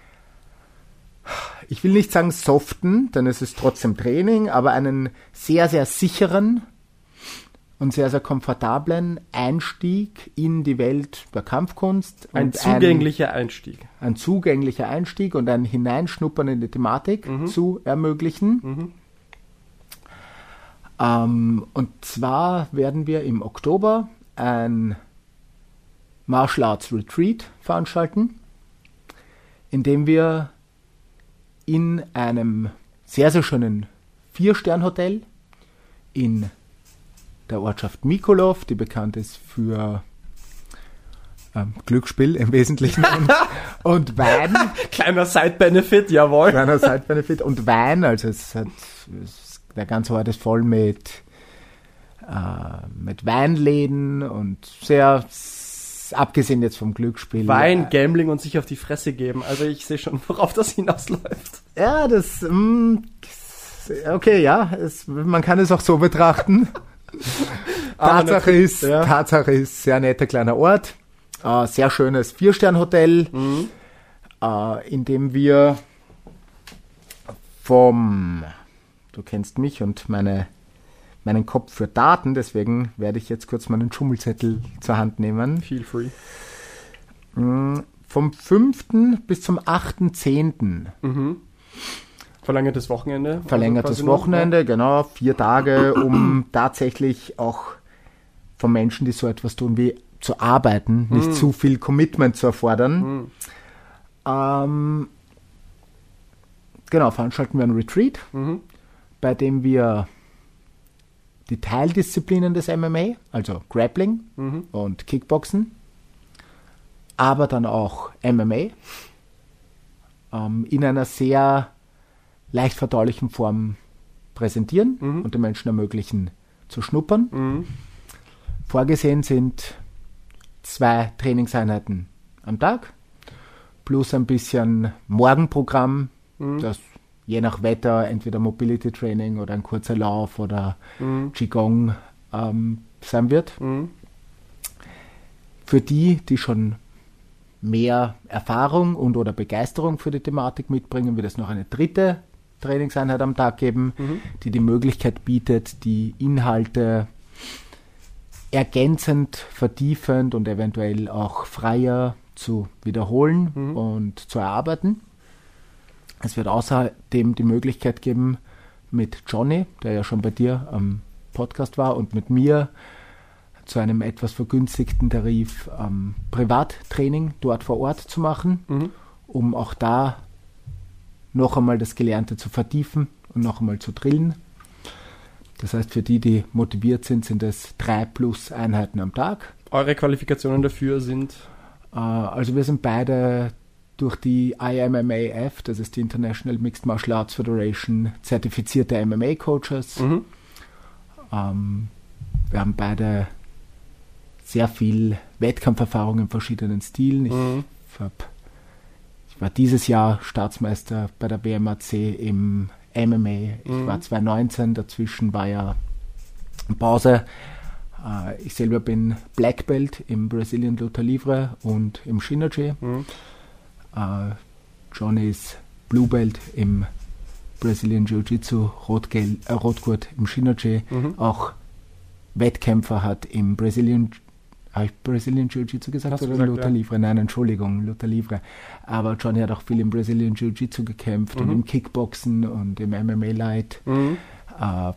ich will nicht sagen soften, denn es ist trotzdem Training, aber einen sehr, sehr sicheren und sehr, sehr komfortablen Einstieg in die Welt der Kampfkunst. Ein und zugänglicher ein, Einstieg. Ein zugänglicher Einstieg und ein Hineinschnuppern in die Thematik mhm. zu ermöglichen. Mhm. Ähm, und zwar werden wir im Oktober ein Martial Arts Retreat veranstalten, in dem wir in einem sehr, sehr schönen Vier-Stern-Hotel in der Ortschaft Mikolov, die bekannt ist für ähm, Glücksspiel im Wesentlichen und, und Wein. Kleiner Side-Benefit, jawohl. Kleiner Side-Benefit und Wein, also es hat, es, der ganze Ort ist voll mit, äh, mit Weinläden und sehr, abgesehen jetzt vom Glücksspiel. Wein, Gambling und sich auf die Fresse geben. Also ich sehe schon, worauf das hinausläuft. Ja, das, mh, okay, ja, es, man kann es auch so betrachten. Tatsache ist, ja. Tatsache ist, sehr netter kleiner Ort, äh, sehr schönes Vier-Stern-Hotel, mhm. äh, in dem wir vom, du kennst mich und meine, meinen Kopf für Daten, deswegen werde ich jetzt kurz meinen Schummelzettel zur Hand nehmen. Feel free. Mh, vom fünften bis zum achten zehnten Mhm. Verlängertes Wochenende. Verlängertes also Wochenende, noch, ja. Genau. Vier Tage, um tatsächlich auch von Menschen, die so etwas tun wie zu arbeiten, nicht mm. zu viel Commitment zu erfordern. Mm. Ähm, genau, veranstalten wir ein Retreat, mhm. bei dem wir die Teildisziplinen des M M A, also Grappling mhm. und Kickboxen, aber dann auch M M A ähm, in einer sehr leicht verdaulichen Form präsentieren mhm. und den Menschen ermöglichen zu schnuppern. Mhm. Vorgesehen sind zwei Trainingseinheiten am Tag plus ein bisschen Morgenprogramm, mhm. das je nach Wetter entweder Mobility Training oder ein kurzer Lauf oder mhm. Qigong ähm, sein wird. Mhm. Für die, die schon mehr Erfahrung und oder Begeisterung für die Thematik mitbringen, wird es noch eine dritte Trainingseinheit am Tag geben, mhm. die die Möglichkeit bietet, die Inhalte ergänzend, vertiefend und eventuell auch freier zu wiederholen mhm. und zu erarbeiten. Es wird außerdem die Möglichkeit geben, mit Johnny, der ja schon bei dir am Podcast war, und mit mir zu einem etwas vergünstigten Tarif ähm, Privattraining dort vor Ort zu machen, mhm. um auch da noch einmal das Gelernte zu vertiefen und noch einmal zu drillen. Das heißt, für die, die motiviert sind, sind es drei plus Einheiten am Tag. Eure Qualifikationen dafür sind? Äh, also wir sind beide durch die I M M A F, das ist die International Mixed Martial Arts Federation, zertifizierte M M A-Coaches. Mhm. Ähm, wir haben beide sehr viel Wettkampferfahrung in verschiedenen Stilen. Ich, mhm. hab, ich war dieses Jahr Staatsmeister bei der W M A C im M M A. Ich mhm. war zwanzig neunzehn, dazwischen war ja Pause. Äh, ich selber bin Black Belt im Brazilian Luta Livre und im Shin-No-Gi. Mhm. Äh, Johnny ist Blue Belt im Brazilian Jiu-Jitsu, Rotgel, äh, Rotgurt im Shin-No-Gi. Mhm. Auch Wettkämpfer hat im Brazilian Habe ich Brazilian Jiu-Jitsu gesagt Hast oder gesagt, Luta ja. Livre? Nein, Entschuldigung, Luta Livre. Aber Johnny hat auch viel im Brazilian Jiu-Jitsu gekämpft mhm. und im Kickboxen und im M M A Light. Mhm. Äh,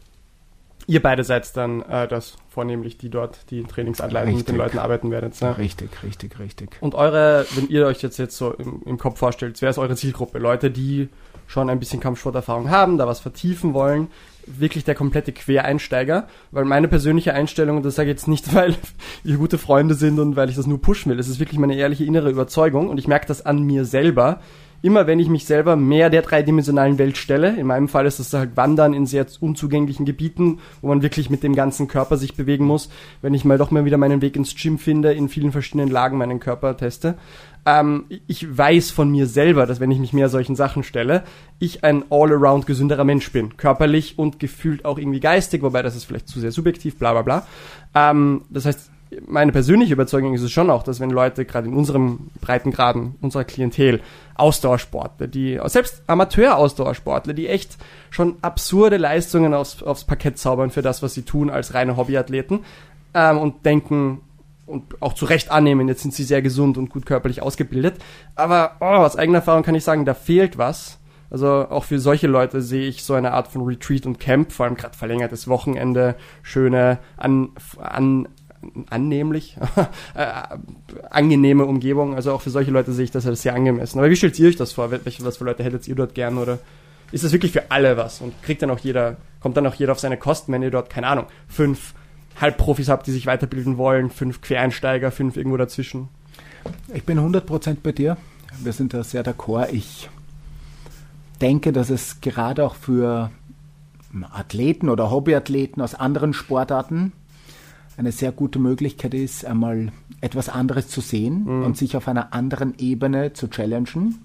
Ihr beide seid dann äh, das vornehmlich, die dort die Trainingsanleitungen mit den Leuten arbeiten werdet. Ne? Richtig, richtig, richtig. Und eure, wenn ihr euch jetzt, jetzt so im, im Kopf vorstellt, wer ist eure Zielgruppe? Leute, die schon ein bisschen Kampfsporterfahrung haben, da was vertiefen wollen, wirklich der komplette Quereinsteiger, weil meine persönliche Einstellung, und das sage ich jetzt nicht, weil wir gute Freunde sind und weil ich das nur pushen will, das ist wirklich meine ehrliche innere Überzeugung und ich merke das an mir selber, immer wenn ich mich selber mehr der dreidimensionalen Welt stelle, in meinem Fall ist das halt Wandern in sehr unzugänglichen Gebieten, wo man wirklich mit dem ganzen Körper sich bewegen muss, wenn ich mal doch mal wieder meinen Weg ins Gym finde, in vielen verschiedenen Lagen meinen Körper teste. Ähm, ich weiß von mir selber, dass wenn ich mich mehr solchen Sachen stelle, ich ein all-around gesünderer Mensch bin. Körperlich und gefühlt auch irgendwie geistig, wobei das ist vielleicht zu sehr subjektiv, bla bla bla. Ähm, das heißt, meine persönliche Überzeugung ist es schon auch, dass wenn Leute gerade in unserem Breitengraden, unserer Klientel, Ausdauersportler, die, selbst Amateur-Ausdauersportler, die echt schon absurde Leistungen aufs, aufs Parkett zaubern für das, was sie tun als reine Hobbyathleten, ähm, und denken, und auch zu Recht annehmen, jetzt sind sie sehr gesund und gut körperlich ausgebildet. Aber oh, aus eigener Erfahrung kann ich sagen, da fehlt was. Also auch für solche Leute sehe ich so eine Art von Retreat und Camp, vor allem gerade verlängertes Wochenende, schöne, an, an, annehmlich, äh, angenehme Umgebung. Also auch für solche Leute sehe ich das als sehr angemessen. Aber wie stellt ihr euch das vor? Welche, was für Leute hättet ihr dort gern? Oder ist das wirklich für alle was? Und kriegt dann auch jeder, kommt dann auch jeder auf seine Kosten, wenn ihr dort, keine Ahnung, fünf Halbprofis habt, die sich weiterbilden wollen, fünf Quereinsteiger, fünf irgendwo dazwischen? Ich bin hundert Prozent bei dir. Wir sind da sehr d'accord. Ich denke, dass es gerade auch für Athleten oder Hobbyathleten aus anderen Sportarten eine sehr gute Möglichkeit ist, einmal etwas anderes zu sehen mhm. und sich auf einer anderen Ebene zu challengen.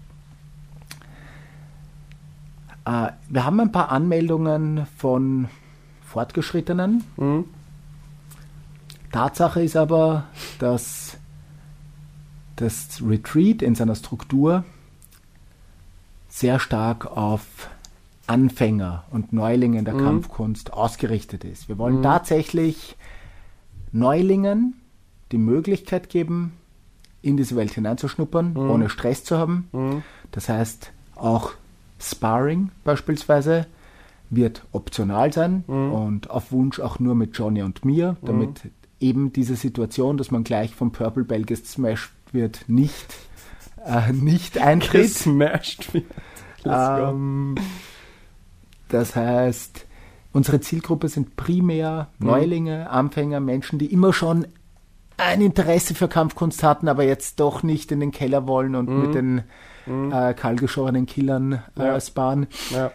Äh, wir haben ein paar Anmeldungen von Fortgeschrittenen. Mhm. Tatsache ist aber, dass das Retreat in seiner Struktur sehr stark auf Anfänger und Neulinge in der mhm. Kampfkunst ausgerichtet ist. Wir wollen mhm. tatsächlich Neulingen die Möglichkeit geben, in diese Welt hineinzuschnuppern, mhm. ohne Stress zu haben. Mhm. Das heißt, auch Sparring beispielsweise wird optional sein mhm. und auf Wunsch auch nur mit Johnny und mir, damit mhm. eben diese Situation, dass man gleich vom Purple Belt gesmashed wird, nicht, äh, nicht eintritt. Gesmashed wird. Ähm, das heißt, unsere Zielgruppe sind primär mhm. Neulinge, Anfänger, Menschen, die immer schon ein Interesse für Kampfkunst hatten, aber jetzt doch nicht in den Keller wollen und mhm. mit den mhm. äh, kahlgeschorenen Killern äh, ja. sparen. Ja.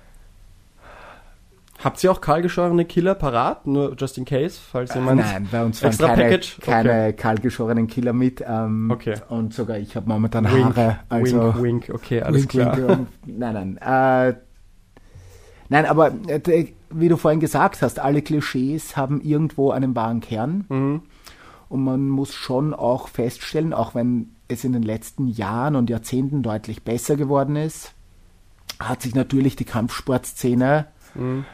Habt ihr auch kahlgeschorene Killer parat, nur just in case, falls jemand... Äh, nein, bei uns fahren keine, keine okay. kahlgeschorenen Killer mit. Ähm, okay. Und sogar ich habe momentan wink, Haare. Also wink, wink, okay, alles wink, klar. Wink, nein, nein. Äh, nein, aber äh, wie du vorhin gesagt hast, alle Klischees haben irgendwo einen wahren Kern. Mhm. Und man muss schon auch feststellen, auch wenn es in den letzten Jahren und Jahrzehnten deutlich besser geworden ist, hat sich natürlich die Kampfsportszene mhm.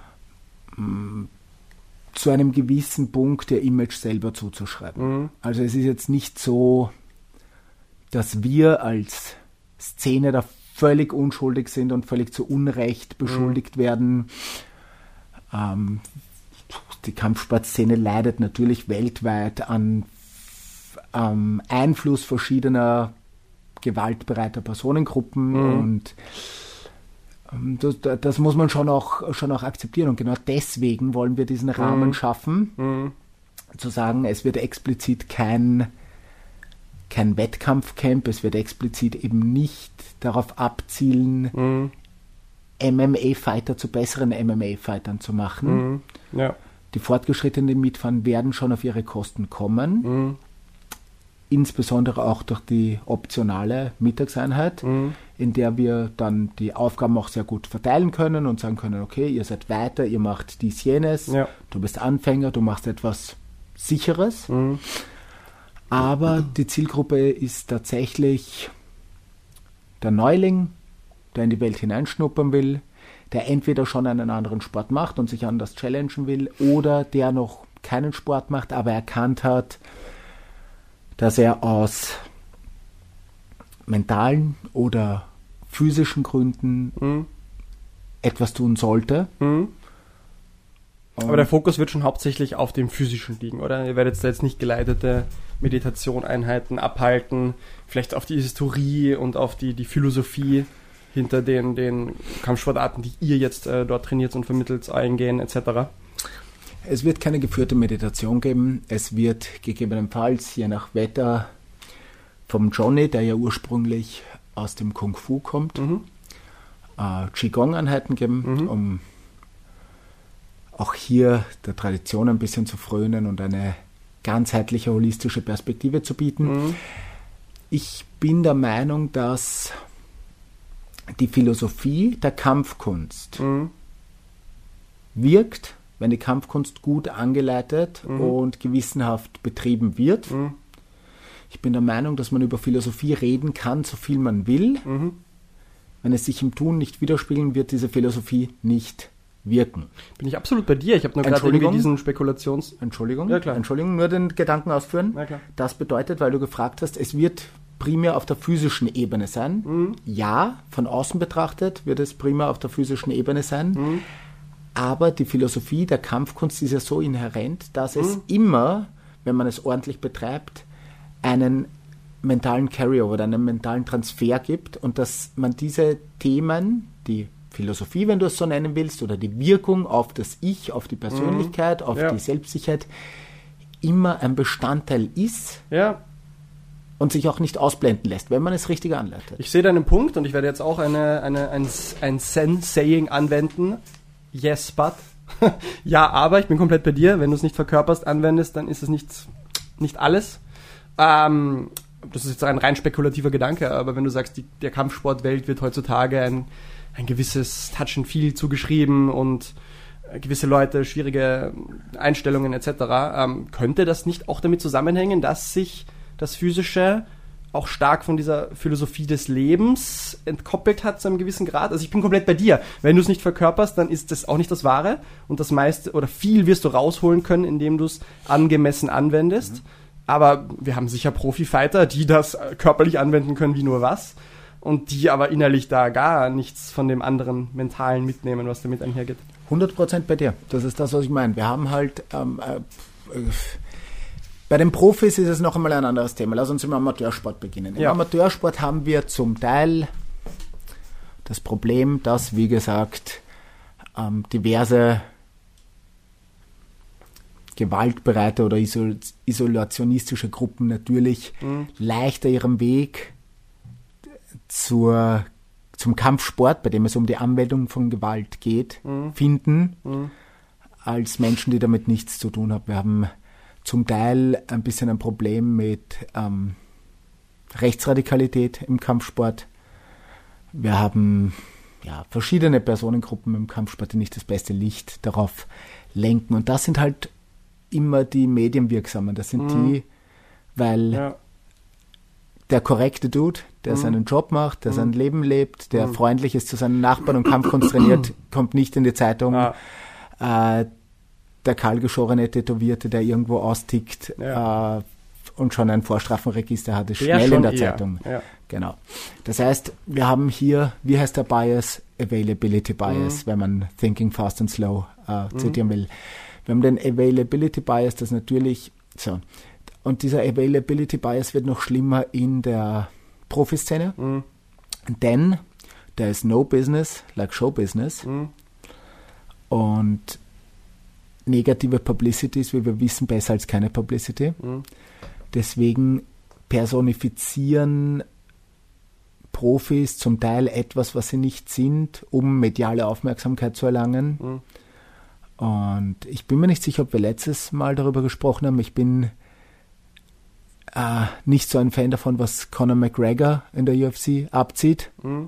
zu einem gewissen Punkt der Image selber zuzuschreiben. Mhm. Also es ist jetzt nicht so, dass wir als Szene da völlig unschuldig sind und völlig zu Unrecht beschuldigt mhm. werden. Ähm, die Kampfsportszene leidet natürlich weltweit an ähm, Einfluss verschiedener gewaltbereiter Personengruppen mhm. und Das, das muss man schon auch, schon auch akzeptieren. Und genau deswegen wollen wir diesen Rahmen mhm. schaffen, mhm. zu sagen, es wird explizit kein, kein Wettkampfcamp, es wird explizit eben nicht darauf abzielen, mhm. M M A-Fighter zu besseren M M A-Fightern zu machen. Mhm. Ja. Die Fortgeschrittenen, die mitfahren, werden schon auf ihre Kosten kommen. Mhm. Insbesondere auch durch die optionale Mittagseinheit, mhm. in der wir dann die Aufgaben auch sehr gut verteilen können und sagen können, okay, ihr seid weiter, ihr macht dies, jenes, ja. du bist Anfänger, du machst etwas Sicheres. Mhm. Aber die Zielgruppe ist tatsächlich der Neuling, der in die Welt hineinschnuppern will, der entweder schon einen anderen Sport macht und sich anders challengen will oder der noch keinen Sport macht, aber erkannt hat, dass er aus mentalen oder physischen Gründen mhm. etwas tun sollte. Mhm. Aber der Fokus wird schon hauptsächlich auf dem Physischen liegen, oder? Ihr werdet da jetzt nicht geleitete Meditation-Einheiten abhalten, vielleicht auf die Historie und auf die, die Philosophie hinter den, den Kampfsportarten, die ihr jetzt äh, dort trainiert und vermittelt, eingehen, et cetera. Es wird keine geführte Meditation geben. Es wird gegebenenfalls, je nach Wetter, vom Johnny, der ja ursprünglich aus dem Kung Fu kommt, mhm. äh, Qigong-Einheiten geben, mhm. um auch hier der Tradition ein bisschen zu frönen und eine ganzheitliche, holistische Perspektive zu bieten. Mhm. Ich bin der Meinung, dass die Philosophie der Kampfkunst mhm. wirkt, wenn die Kampfkunst gut angeleitet mhm. und gewissenhaft betrieben wird. Mhm. Ich bin der Meinung, dass man über Philosophie reden kann, so viel man will. Mhm. Wenn es sich im Tun nicht widerspiegeln, wird diese Philosophie nicht wirken. Bin ich absolut bei dir. Ich habe nur gerade irgendwie diesen Spekulations... Entschuldigung, ja, klar. Entschuldigung, nur den Gedanken ausführen. Ja, klar. Das bedeutet, weil du gefragt hast, es wird primär auf der physischen Ebene sein. Mhm. Ja, von außen betrachtet wird es primär auf der physischen Ebene sein. Mhm. Aber die Philosophie der Kampfkunst ist ja so inhärent, dass mhm. es immer, wenn man es ordentlich betreibt, einen mentalen Carryover oder einen mentalen Transfer gibt und dass man diese Themen, die Philosophie, wenn du es so nennen willst, oder die Wirkung auf das Ich, auf die Persönlichkeit, mhm. auf ja. die Selbstsicherheit, immer ein Bestandteil ist ja. und sich auch nicht ausblenden lässt, wenn man es richtig anleitet. Ich sehe deinen Punkt und ich werde jetzt auch eine, eine, ein, ein Zen-Saying anwenden. Yes, but. Ja, aber ich bin komplett bei dir. Wenn du es nicht verkörperst, anwendest, dann ist es nicht, nicht alles. Ähm, das ist jetzt ein rein spekulativer Gedanke, aber wenn du sagst, die, der Kampfsportwelt wird heutzutage ein, ein gewisses Touch and Feel zugeschrieben und gewisse Leute schwierige Einstellungen et cetera, ähm, könnte das nicht auch damit zusammenhängen, dass sich das Physische auch stark von dieser Philosophie des Lebens entkoppelt hat zu einem gewissen Grad? Also ich bin komplett bei dir. Wenn du es nicht verkörperst, dann ist das auch nicht das Wahre und das meiste oder viel wirst du rausholen können, indem du es angemessen anwendest. Mhm. Aber wir haben sicher Profi-Fighter, die das körperlich anwenden können wie nur was und die aber innerlich da gar nichts von dem anderen Mentalen mitnehmen, was damit einhergeht. hundert Prozent bei dir. Das ist das, was ich meine. Wir haben halt ähm, äh, bei den Profis ist es noch einmal ein anderes Thema. Lass uns im Amateursport beginnen. Im ja. Amateursport haben wir zum Teil das Problem, dass, wie gesagt, ähm, diverse gewaltbereite oder isol- isolationistische Gruppen natürlich mhm. leichter ihren Weg zur, zum Kampfsport, bei dem es um die Anwendung von Gewalt geht, mhm. finden, mhm. als Menschen, die damit nichts zu tun haben. Wir haben zum Teil ein bisschen ein Problem mit ähm, Rechtsradikalität im Kampfsport. Wir haben ja, verschiedene Personengruppen im Kampfsport, die nicht das beste Licht darauf lenken. Und das sind halt immer die Medienwirksamen. Das sind mhm. die, weil ja. der korrekte Dude, der mhm. seinen Job macht, der mhm. sein Leben lebt, der mhm. freundlich ist zu seinen Nachbarn und Kampfkunst trainiert, kommt nicht in die Zeitung. Ja. Äh, der kahlgeschorene Tätowierte, der irgendwo austickt ja. äh, und schon ein Vorstrafenregister hat, ist der schnell in der eher. Zeitung. Ja. Genau. Das heißt, wir haben hier, wie heißt der Bias? Availability Bias, mhm. wenn man Thinking Fast and Slow äh, zitieren mhm. will. Wir haben den Availability Bias, das natürlich so. Und dieser Availability Bias wird noch schlimmer in der Profiszene, mhm. denn there is no business like show business. Mhm. Und negative Publicity ist, wie wir wissen, besser als keine Publicity. Mhm. Deswegen personifizieren Profis zum Teil etwas, was sie nicht sind, um mediale Aufmerksamkeit zu erlangen. Mhm. Und ich bin mir nicht sicher, ob wir letztes Mal darüber gesprochen haben. Ich bin äh, nicht so ein Fan davon, was Conor McGregor in der U F C abzieht. Mhm.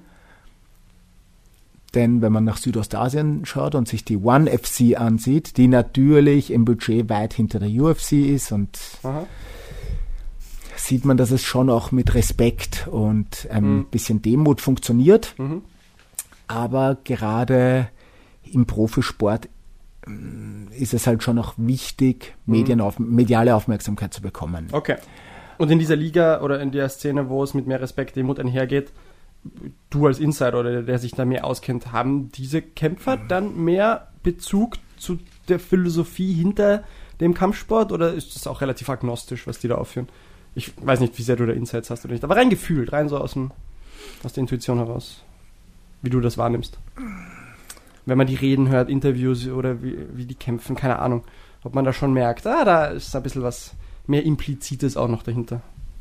Denn wenn man nach Südostasien schaut und sich die One F C ansieht, die natürlich im Budget weit hinter der U F C ist, und Aha. sieht man, dass es schon auch mit Respekt und ein mhm. bisschen Demut funktioniert. Mhm. Aber gerade im Profisport ist es halt schon auch wichtig, Medienauf- mediale Aufmerksamkeit zu bekommen. Okay. Und in dieser Liga oder in der Szene, wo es mit mehr Respekt, Demut einhergeht, du als Insider oder der, der sich da mehr auskennt, haben diese Kämpfer dann mehr Bezug zu der Philosophie hinter dem Kampfsport oder ist das auch relativ agnostisch, was die da aufführen? Ich weiß nicht, wie sehr du da Insights hast oder nicht, aber rein gefühlt, rein so aus, dem, aus der Intuition heraus, wie du das wahrnimmst. Wenn man die Reden hört, Interviews oder wie, wie die kämpfen, keine Ahnung, ob man da schon merkt, ah, da ist ein bisschen was mehr Implizites auch noch dahinter.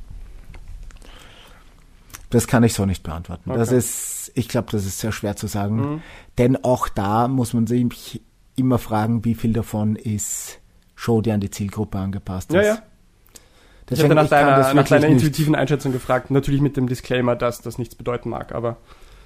Das kann ich so nicht beantworten. Okay. Das ist, ich glaube, das ist sehr schwer zu sagen. Mhm. Denn auch da muss man sich immer fragen, wie viel davon ist Show, die an die Zielgruppe angepasst ist. Ja, ja. Deswegen, ich habe nach deiner, nach deiner intuitiven nicht. Einschätzung gefragt. Natürlich mit dem Disclaimer, dass das nichts bedeuten mag, aber...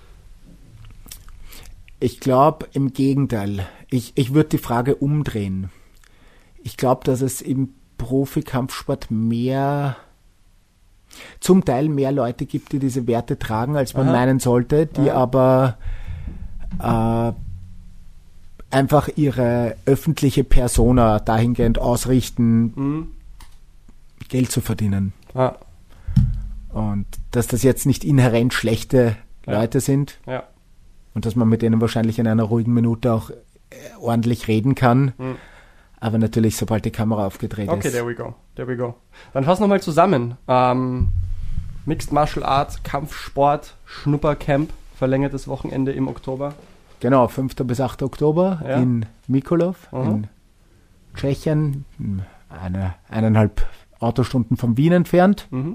Ich glaube, im Gegenteil. Ich, ich würde die Frage umdrehen. Ich glaube, dass es im Profikampfsport mehr... zum Teil mehr Leute gibt, die diese Werte tragen, als man Aha. meinen sollte, die Aha. aber äh, einfach ihre öffentliche Persona dahingehend ausrichten, mhm. Geld zu verdienen. Ah. Und dass das jetzt nicht inhärent schlechte Ja. Leute sind Ja. und dass man mit denen wahrscheinlich in einer ruhigen Minute auch äh, ordentlich reden kann. Mhm. Aber natürlich, sobald die Kamera aufgedreht Okay, ist. there we go. There we go. Dann fassen wir mal zusammen. Ähm, Mixed Martial Arts, Kampfsport, Schnuppercamp, verlängertes Wochenende im Oktober. Genau, fünften bis achten Oktober Ja. in Mikulov Mhm. in Tschechien, eine, eineinhalb Autostunden von Wien entfernt. Mhm.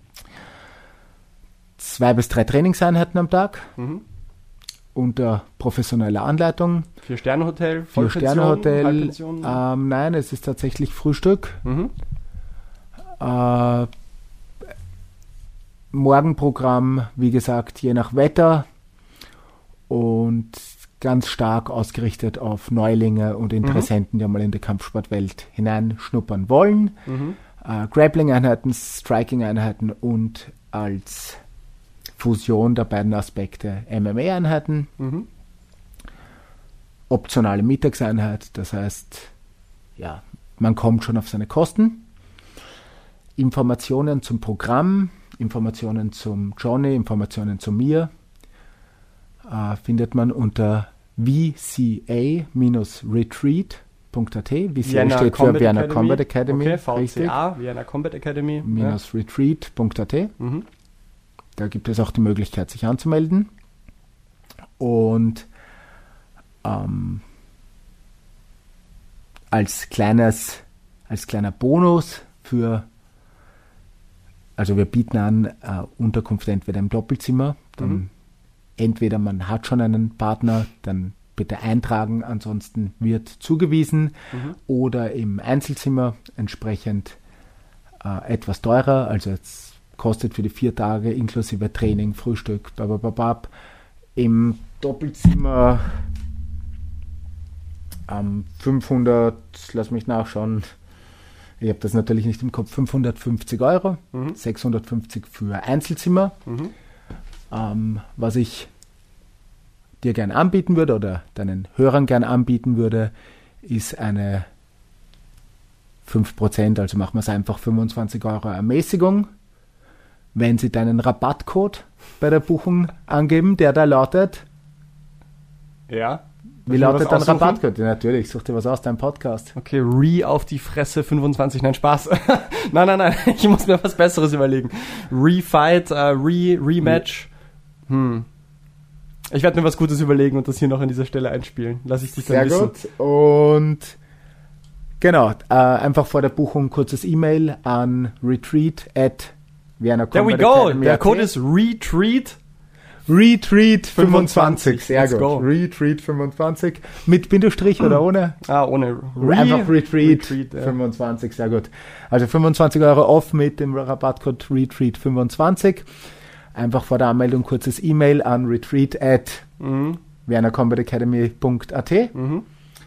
Zwei bis drei Trainingseinheiten am Tag Mhm. unter professioneller Anleitung. Vier-Sterne-Hotel, Vollpension, Vier-Sterne-Hotel. Halbpension? Ähm, nein, es ist tatsächlich Frühstück. Mhm. Äh, Morgenprogramm, wie gesagt, je nach Wetter und ganz stark ausgerichtet auf Neulinge und Interessenten, die einmal in die Kampfsportwelt hineinschnuppern wollen. Mhm. Äh, Grappling-Einheiten, Striking-Einheiten und als Fusion der beiden Aspekte M M A-Einheiten. Mhm. Optionale Mittagseinheit, das heißt, ja, man kommt schon auf seine Kosten. Informationen zum Programm, Informationen zum Johnny, Informationen zu mir äh, findet man unter v c a retreat punkt a t. V C A steht für Vienna Combat Academy. Okay, V C richtig. A, Vienna Combat Academy. minus retreat punkt a t. Ja. Mhm. Da gibt es auch die Möglichkeit, sich anzumelden. Und ähm, als kleines, als kleiner Bonus für, also wir bieten an äh, Unterkunft entweder im Doppelzimmer, dann Mhm. entweder man hat schon einen Partner, dann bitte eintragen, ansonsten wird zugewiesen, Mhm. oder im Einzelzimmer entsprechend äh, etwas teurer, also jetzt kostet für die vier Tage inklusive Training, Frühstück, babababab, im Doppelzimmer ähm, fünfhundert, lass mich nachschauen, ich habe das natürlich nicht im Kopf, fünfhundertfünfzig Euro, Mhm. sechshundertfünfzig für Einzelzimmer. Mhm. Ähm, was ich dir gern anbieten würde oder deinen Hörern gern anbieten würde, ist eine fünf Prozent, also machen wir es einfach fünfundzwanzig Euro Ermäßigung, wenn sie deinen Rabattcode bei der Buchung angeben, der da lautet, Ja. wie Darf ich lautet was dein aussuchen? Rabattcode? Ja, natürlich, such dir was aus, dein Podcast. Okay, Re auf die Fresse fünfundzwanzig, nein, Spaß. nein, nein, nein, ich muss mir was Besseres überlegen. Refight, uh, Re, Rematch. Hm. Ich werde mir was Gutes überlegen und das hier noch an dieser Stelle einspielen. Lass ich dich dann Sehr wissen. gut. Und genau, äh, einfach vor der Buchung kurzes E-Mail an retreat at Vienna There we Combat go. Academy Der at Code ist Retreat. Retreat fünfundzwanzig. Sehr Let's gut. go. Retreat fünfundzwanzig. Mit Bindestrich oder ohne? Ah, ohne Einfach Retreat, Retreat, ja. fünfundzwanzig, sehr gut. Also fünfundzwanzig Euro off mit dem Rabattcode Retreat fünfundzwanzig. Einfach vor der Anmeldung kurzes E-Mail an retreat at Mhm. vienna combat academy punkt a t. Mhm.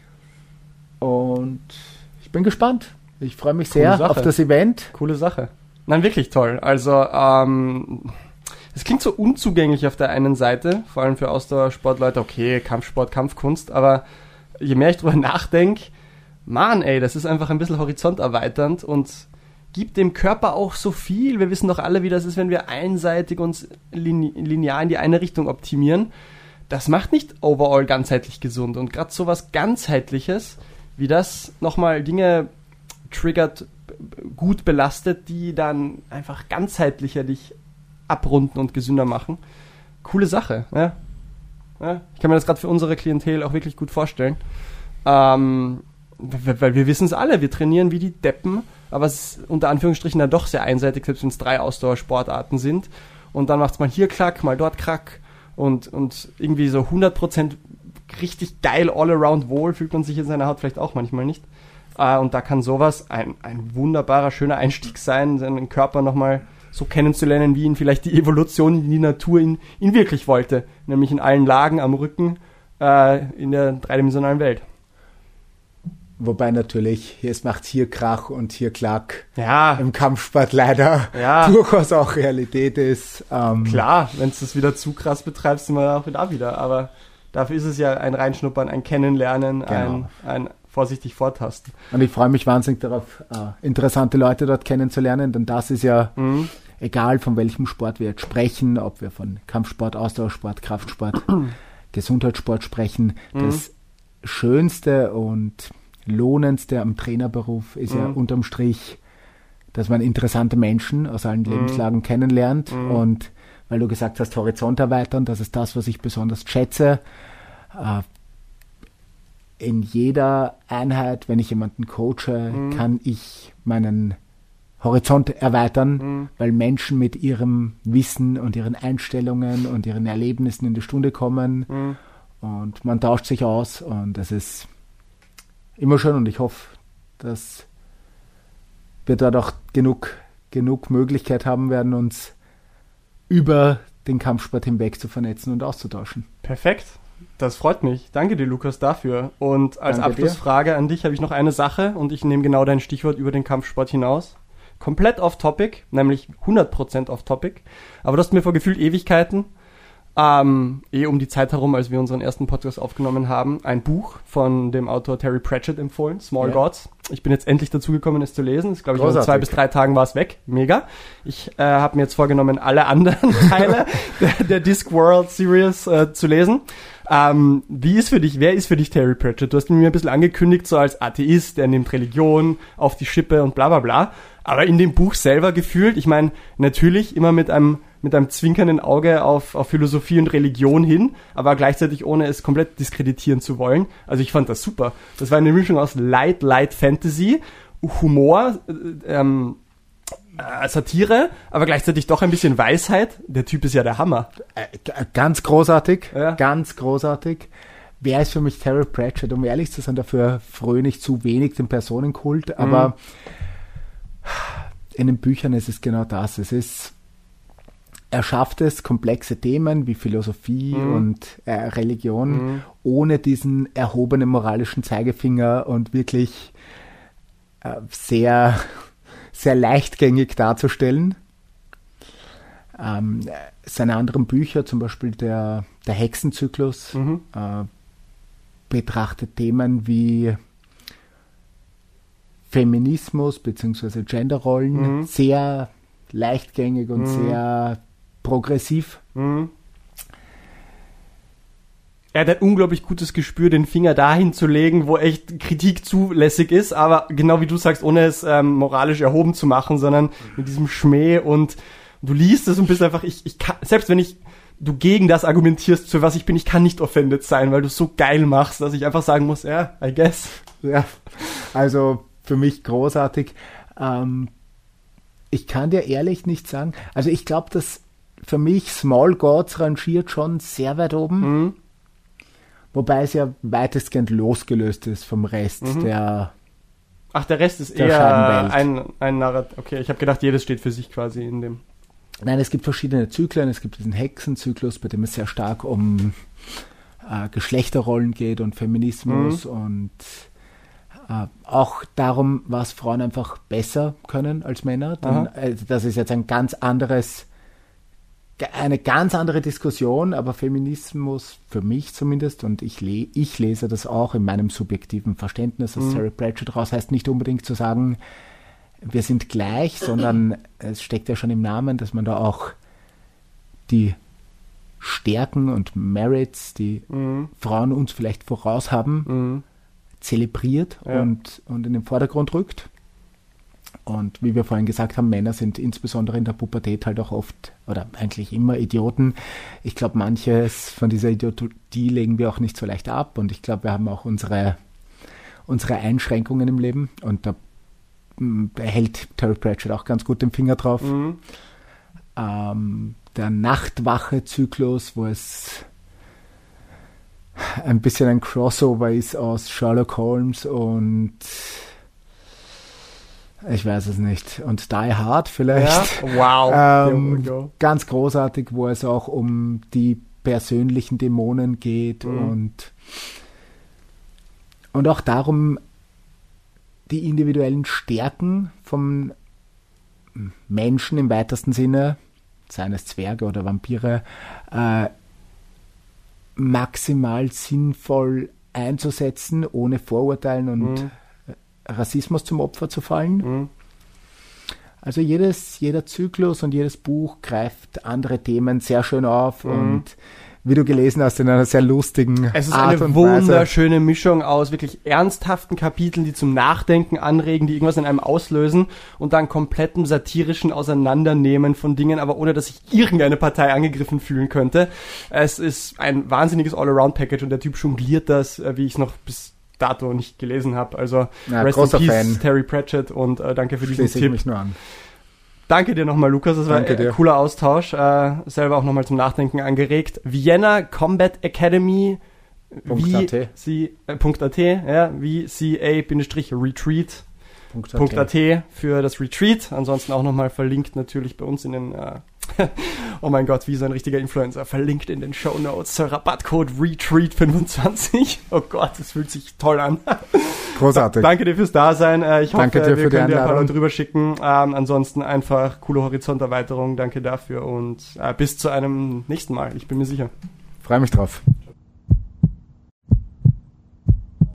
Und ich bin gespannt. Ich freue mich Coole sehr Sache. auf das Event. Coole Sache. Nein, wirklich toll. Also, ähm, es klingt so unzugänglich auf der einen Seite, vor allem für Ausdauersportleute. Okay, Kampfsport, Kampfkunst, aber je mehr ich drüber nachdenke, Mann, ey, das ist einfach ein bisschen horizonterweiternd und gibt dem Körper auch so viel. Wir wissen doch alle, wie das ist, wenn wir einseitig uns line- linear in die eine Richtung optimieren. Das macht nicht overall ganzheitlich gesund. Und gerade so was Ganzheitliches, wie das nochmal Dinge triggert, gut belastet, die dann einfach ganzheitlicher dich abrunden und gesünder machen. Coole Sache, ja. ja ich kann mir das gerade für unsere Klientel auch wirklich gut vorstellen. Ähm, weil weil wir wissen es alle, wir trainieren wie die Deppen, aber es ist unter Anführungsstrichen dann doch sehr einseitig, selbst wenn es drei Ausdauersportarten sind. Und dann macht es mal hier Klack, mal dort Krack und, und irgendwie so hundert Prozent richtig geil all around wohl fühlt man sich in seiner Haut vielleicht auch manchmal nicht. Äh, und da kann sowas ein, ein wunderbarer, schöner Einstieg sein, seinen Körper nochmal so kennenzulernen, wie ihn vielleicht die Evolution, die Natur ihn, ihn wirklich wollte. Nämlich in allen Lagen am Rücken äh, in der dreidimensionalen Welt. Wobei natürlich, es macht hier Krach und hier Klack Ja, im Kampfsport leider Ja. durchaus auch Realität ist. Ähm, klar, wenn du es wieder zu krass betreibst, sind wir auch da wieder. Aber dafür ist es ja ein Reinschnuppern, ein Kennenlernen, Genau. ein, ein vorsichtig Vortasten. Und ich freue mich wahnsinnig darauf, äh, interessante Leute dort kennenzulernen, denn das ist ja Mhm. egal von welchem Sport wir jetzt sprechen, ob wir von Kampfsport, Ausdauersport, Kraftsport, Gesundheitssport sprechen, mhm. das Schönste und Lohnendste am Trainerberuf ist mhm. ja unterm Strich, dass man interessante Menschen aus allen mhm. Lebenslagen kennenlernt mhm. und weil du gesagt hast, Horizont erweitern, das ist das, was ich besonders schätze. Äh, in jeder Einheit, wenn ich jemanden coache, mhm. kann ich meinen Horizont erweitern, mhm. weil Menschen mit ihrem Wissen und ihren Einstellungen und ihren Erlebnissen in die Stunde kommen mhm. und man tauscht sich aus und das ist immer schön und ich hoffe, dass wir dort auch genug, genug Möglichkeit haben werden, uns über den Kampfsport hinweg zu vernetzen und auszutauschen. Perfekt, das freut mich. Danke dir, Lukas, dafür. Und als Danke Abschlussfrage dir. an dich habe ich noch eine Sache und ich nehme genau dein Stichwort über den Kampfsport hinaus. Komplett off-topic, nämlich hundert Prozent off-topic. Aber du hast mir vor gefühlt Ewigkeiten, ähm, eh um die Zeit herum, als wir unseren ersten Podcast aufgenommen haben, ein Buch von dem Autor Terry Pratchett empfohlen, Small ja. Gods. Ich bin jetzt endlich dazu gekommen, es zu lesen. Ich glaube, in zwei bis drei Tagen war es weg. Mega. Ich äh, habe mir jetzt vorgenommen, alle anderen Teile der, der Discworld Series äh, zu lesen. Ähm, wie ist für dich, wer ist für dich Terry Pratchett? Du hast ihn mir ein bisschen angekündigt, so als Atheist, der nimmt Religion auf die Schippe und bla bla bla. Aber in dem Buch selber gefühlt, ich meine, natürlich immer mit einem mit einem zwinkernden Auge auf, auf Philosophie und Religion hin, aber gleichzeitig ohne es komplett diskreditieren zu wollen. Also ich fand das super. Das war eine Mischung aus Light, Light Fantasy, Humor, äh, ähm, äh, Satire, aber gleichzeitig doch ein bisschen Weisheit. Der Typ ist ja der Hammer. Äh, ganz großartig, ja. ganz großartig. Wer ist für mich Terry Pratchett? Um ehrlich zu sein, dafür fröne ich zu wenig den Personenkult, aber mhm. in den Büchern ist es genau das. Es ist Er schafft es, komplexe Themen wie Philosophie mhm. und äh, Religion mhm. ohne diesen erhobenen moralischen Zeigefinger und wirklich äh, sehr, sehr leichtgängig darzustellen. Ähm, seine anderen Bücher, zum Beispiel der, der Hexenzyklus, mhm. äh, betrachtet Themen wie Feminismus bzw. Genderrollen mhm. sehr leichtgängig und mhm. sehr progressiv. Mhm. Er hat ein unglaublich gutes Gespür, den Finger dahin zu legen, wo echt Kritik zulässig ist, aber genau wie du sagst, ohne es ähm, moralisch erhoben zu machen, sondern mit diesem Schmäh und du liest es und bist einfach, ich, ich kann, selbst wenn ich, du gegen das argumentierst, für was ich bin, ich kann nicht offended sein, weil du es so geil machst, dass ich einfach sagen muss, ja, I guess. Ja, also für mich großartig. Ähm, ich kann dir ehrlich nicht sagen, also ich glaube, dass für mich Small Gods rangiert schon sehr weit oben, mhm. wobei es ja weitestgehend losgelöst ist vom Rest mhm. der Ach, der Rest ist der eher ein, ein Narrativ. Okay, ich habe gedacht, jedes steht für sich quasi in dem. Nein, es gibt verschiedene Zyklen. Es gibt diesen Hexenzyklus, bei dem es sehr stark um äh, Geschlechterrollen geht und Feminismus mhm. und äh, auch darum, was Frauen einfach besser können als Männer. Dann, äh, das ist jetzt ein ganz anderes eine ganz andere Diskussion, aber Feminismus für mich zumindest, und ich, le- ich lese das auch in meinem subjektiven Verständnis aus mhm. Terry Pratchett raus, heißt nicht unbedingt zu sagen, wir sind gleich, sondern es steckt ja schon im Namen, dass man da auch die Stärken und Merits, die mhm. Frauen uns vielleicht voraus haben, mhm. zelebriert ja. und, und in den Vordergrund rückt. Und wie wir vorhin gesagt haben, Männer sind insbesondere in der Pubertät halt auch oft oder eigentlich immer Idioten. Ich glaube, manches von dieser Idiotie legen wir auch nicht so leicht ab. Und ich glaube, wir haben auch unsere, unsere Einschränkungen im Leben. Und da behält Terry Pratchett auch ganz gut den Finger drauf. Mhm. Ähm, der Nachtwache-Zyklus, wo es ein bisschen ein Crossover ist aus Sherlock Holmes und ich weiß es nicht. Und Die Hard vielleicht. Ja? Wow. ähm, ganz großartig, wo es auch um die persönlichen Dämonen geht mhm. und, und auch darum, die individuellen Stärken vom Menschen im weitesten Sinne, seien es Zwerge oder Vampire, äh, maximal sinnvoll einzusetzen, ohne Vorurteilen und mhm. Rassismus zum Opfer zu fallen. Mhm. Also jedes, jeder Zyklus und jedes Buch greift andere Themen sehr schön auf mhm. und wie du gelesen hast, in einer sehr lustigen Art und Weise. Es ist eine wunderschöne Mischung aus wirklich ernsthaften Kapiteln, die zum Nachdenken anregen, die irgendwas in einem auslösen und dann kompletten satirischen Auseinandernehmen von Dingen, aber ohne, dass sich irgendeine Partei angegriffen fühlen könnte. Es ist ein wahnsinniges All-Around-Package und der Typ jongliert das, wie ich es noch bis dato nicht gelesen habe. Also ja, rest in peace, Fan. Terry Pratchett und äh, danke für diesen Schließe Tipp. Ich mich nur an. Danke dir nochmal, Lukas. Das war ein äh, cooler Austausch. Äh, selber auch nochmal zum Nachdenken angeregt. Vienna Combat Academy .at wie äh, .at, ja, wie C A-Retreat .at für das Retreat. Ansonsten auch nochmal verlinkt natürlich bei uns in den äh, oh mein Gott, wie so ein richtiger Influencer. Verlinkt in den Shownotes. Rabattcode Retreat fünfundzwanzig. Oh Gott, das fühlt sich toll an. Großartig. Danke dir fürs Dasein. Ich Danke hoffe, dir wir für können die dir ein paar Einladung. Leute drüber schicken. Ähm, ansonsten einfach coole Horizonterweiterung. Danke dafür und äh, bis zu einem nächsten Mal. Ich bin mir sicher. Freue mich drauf.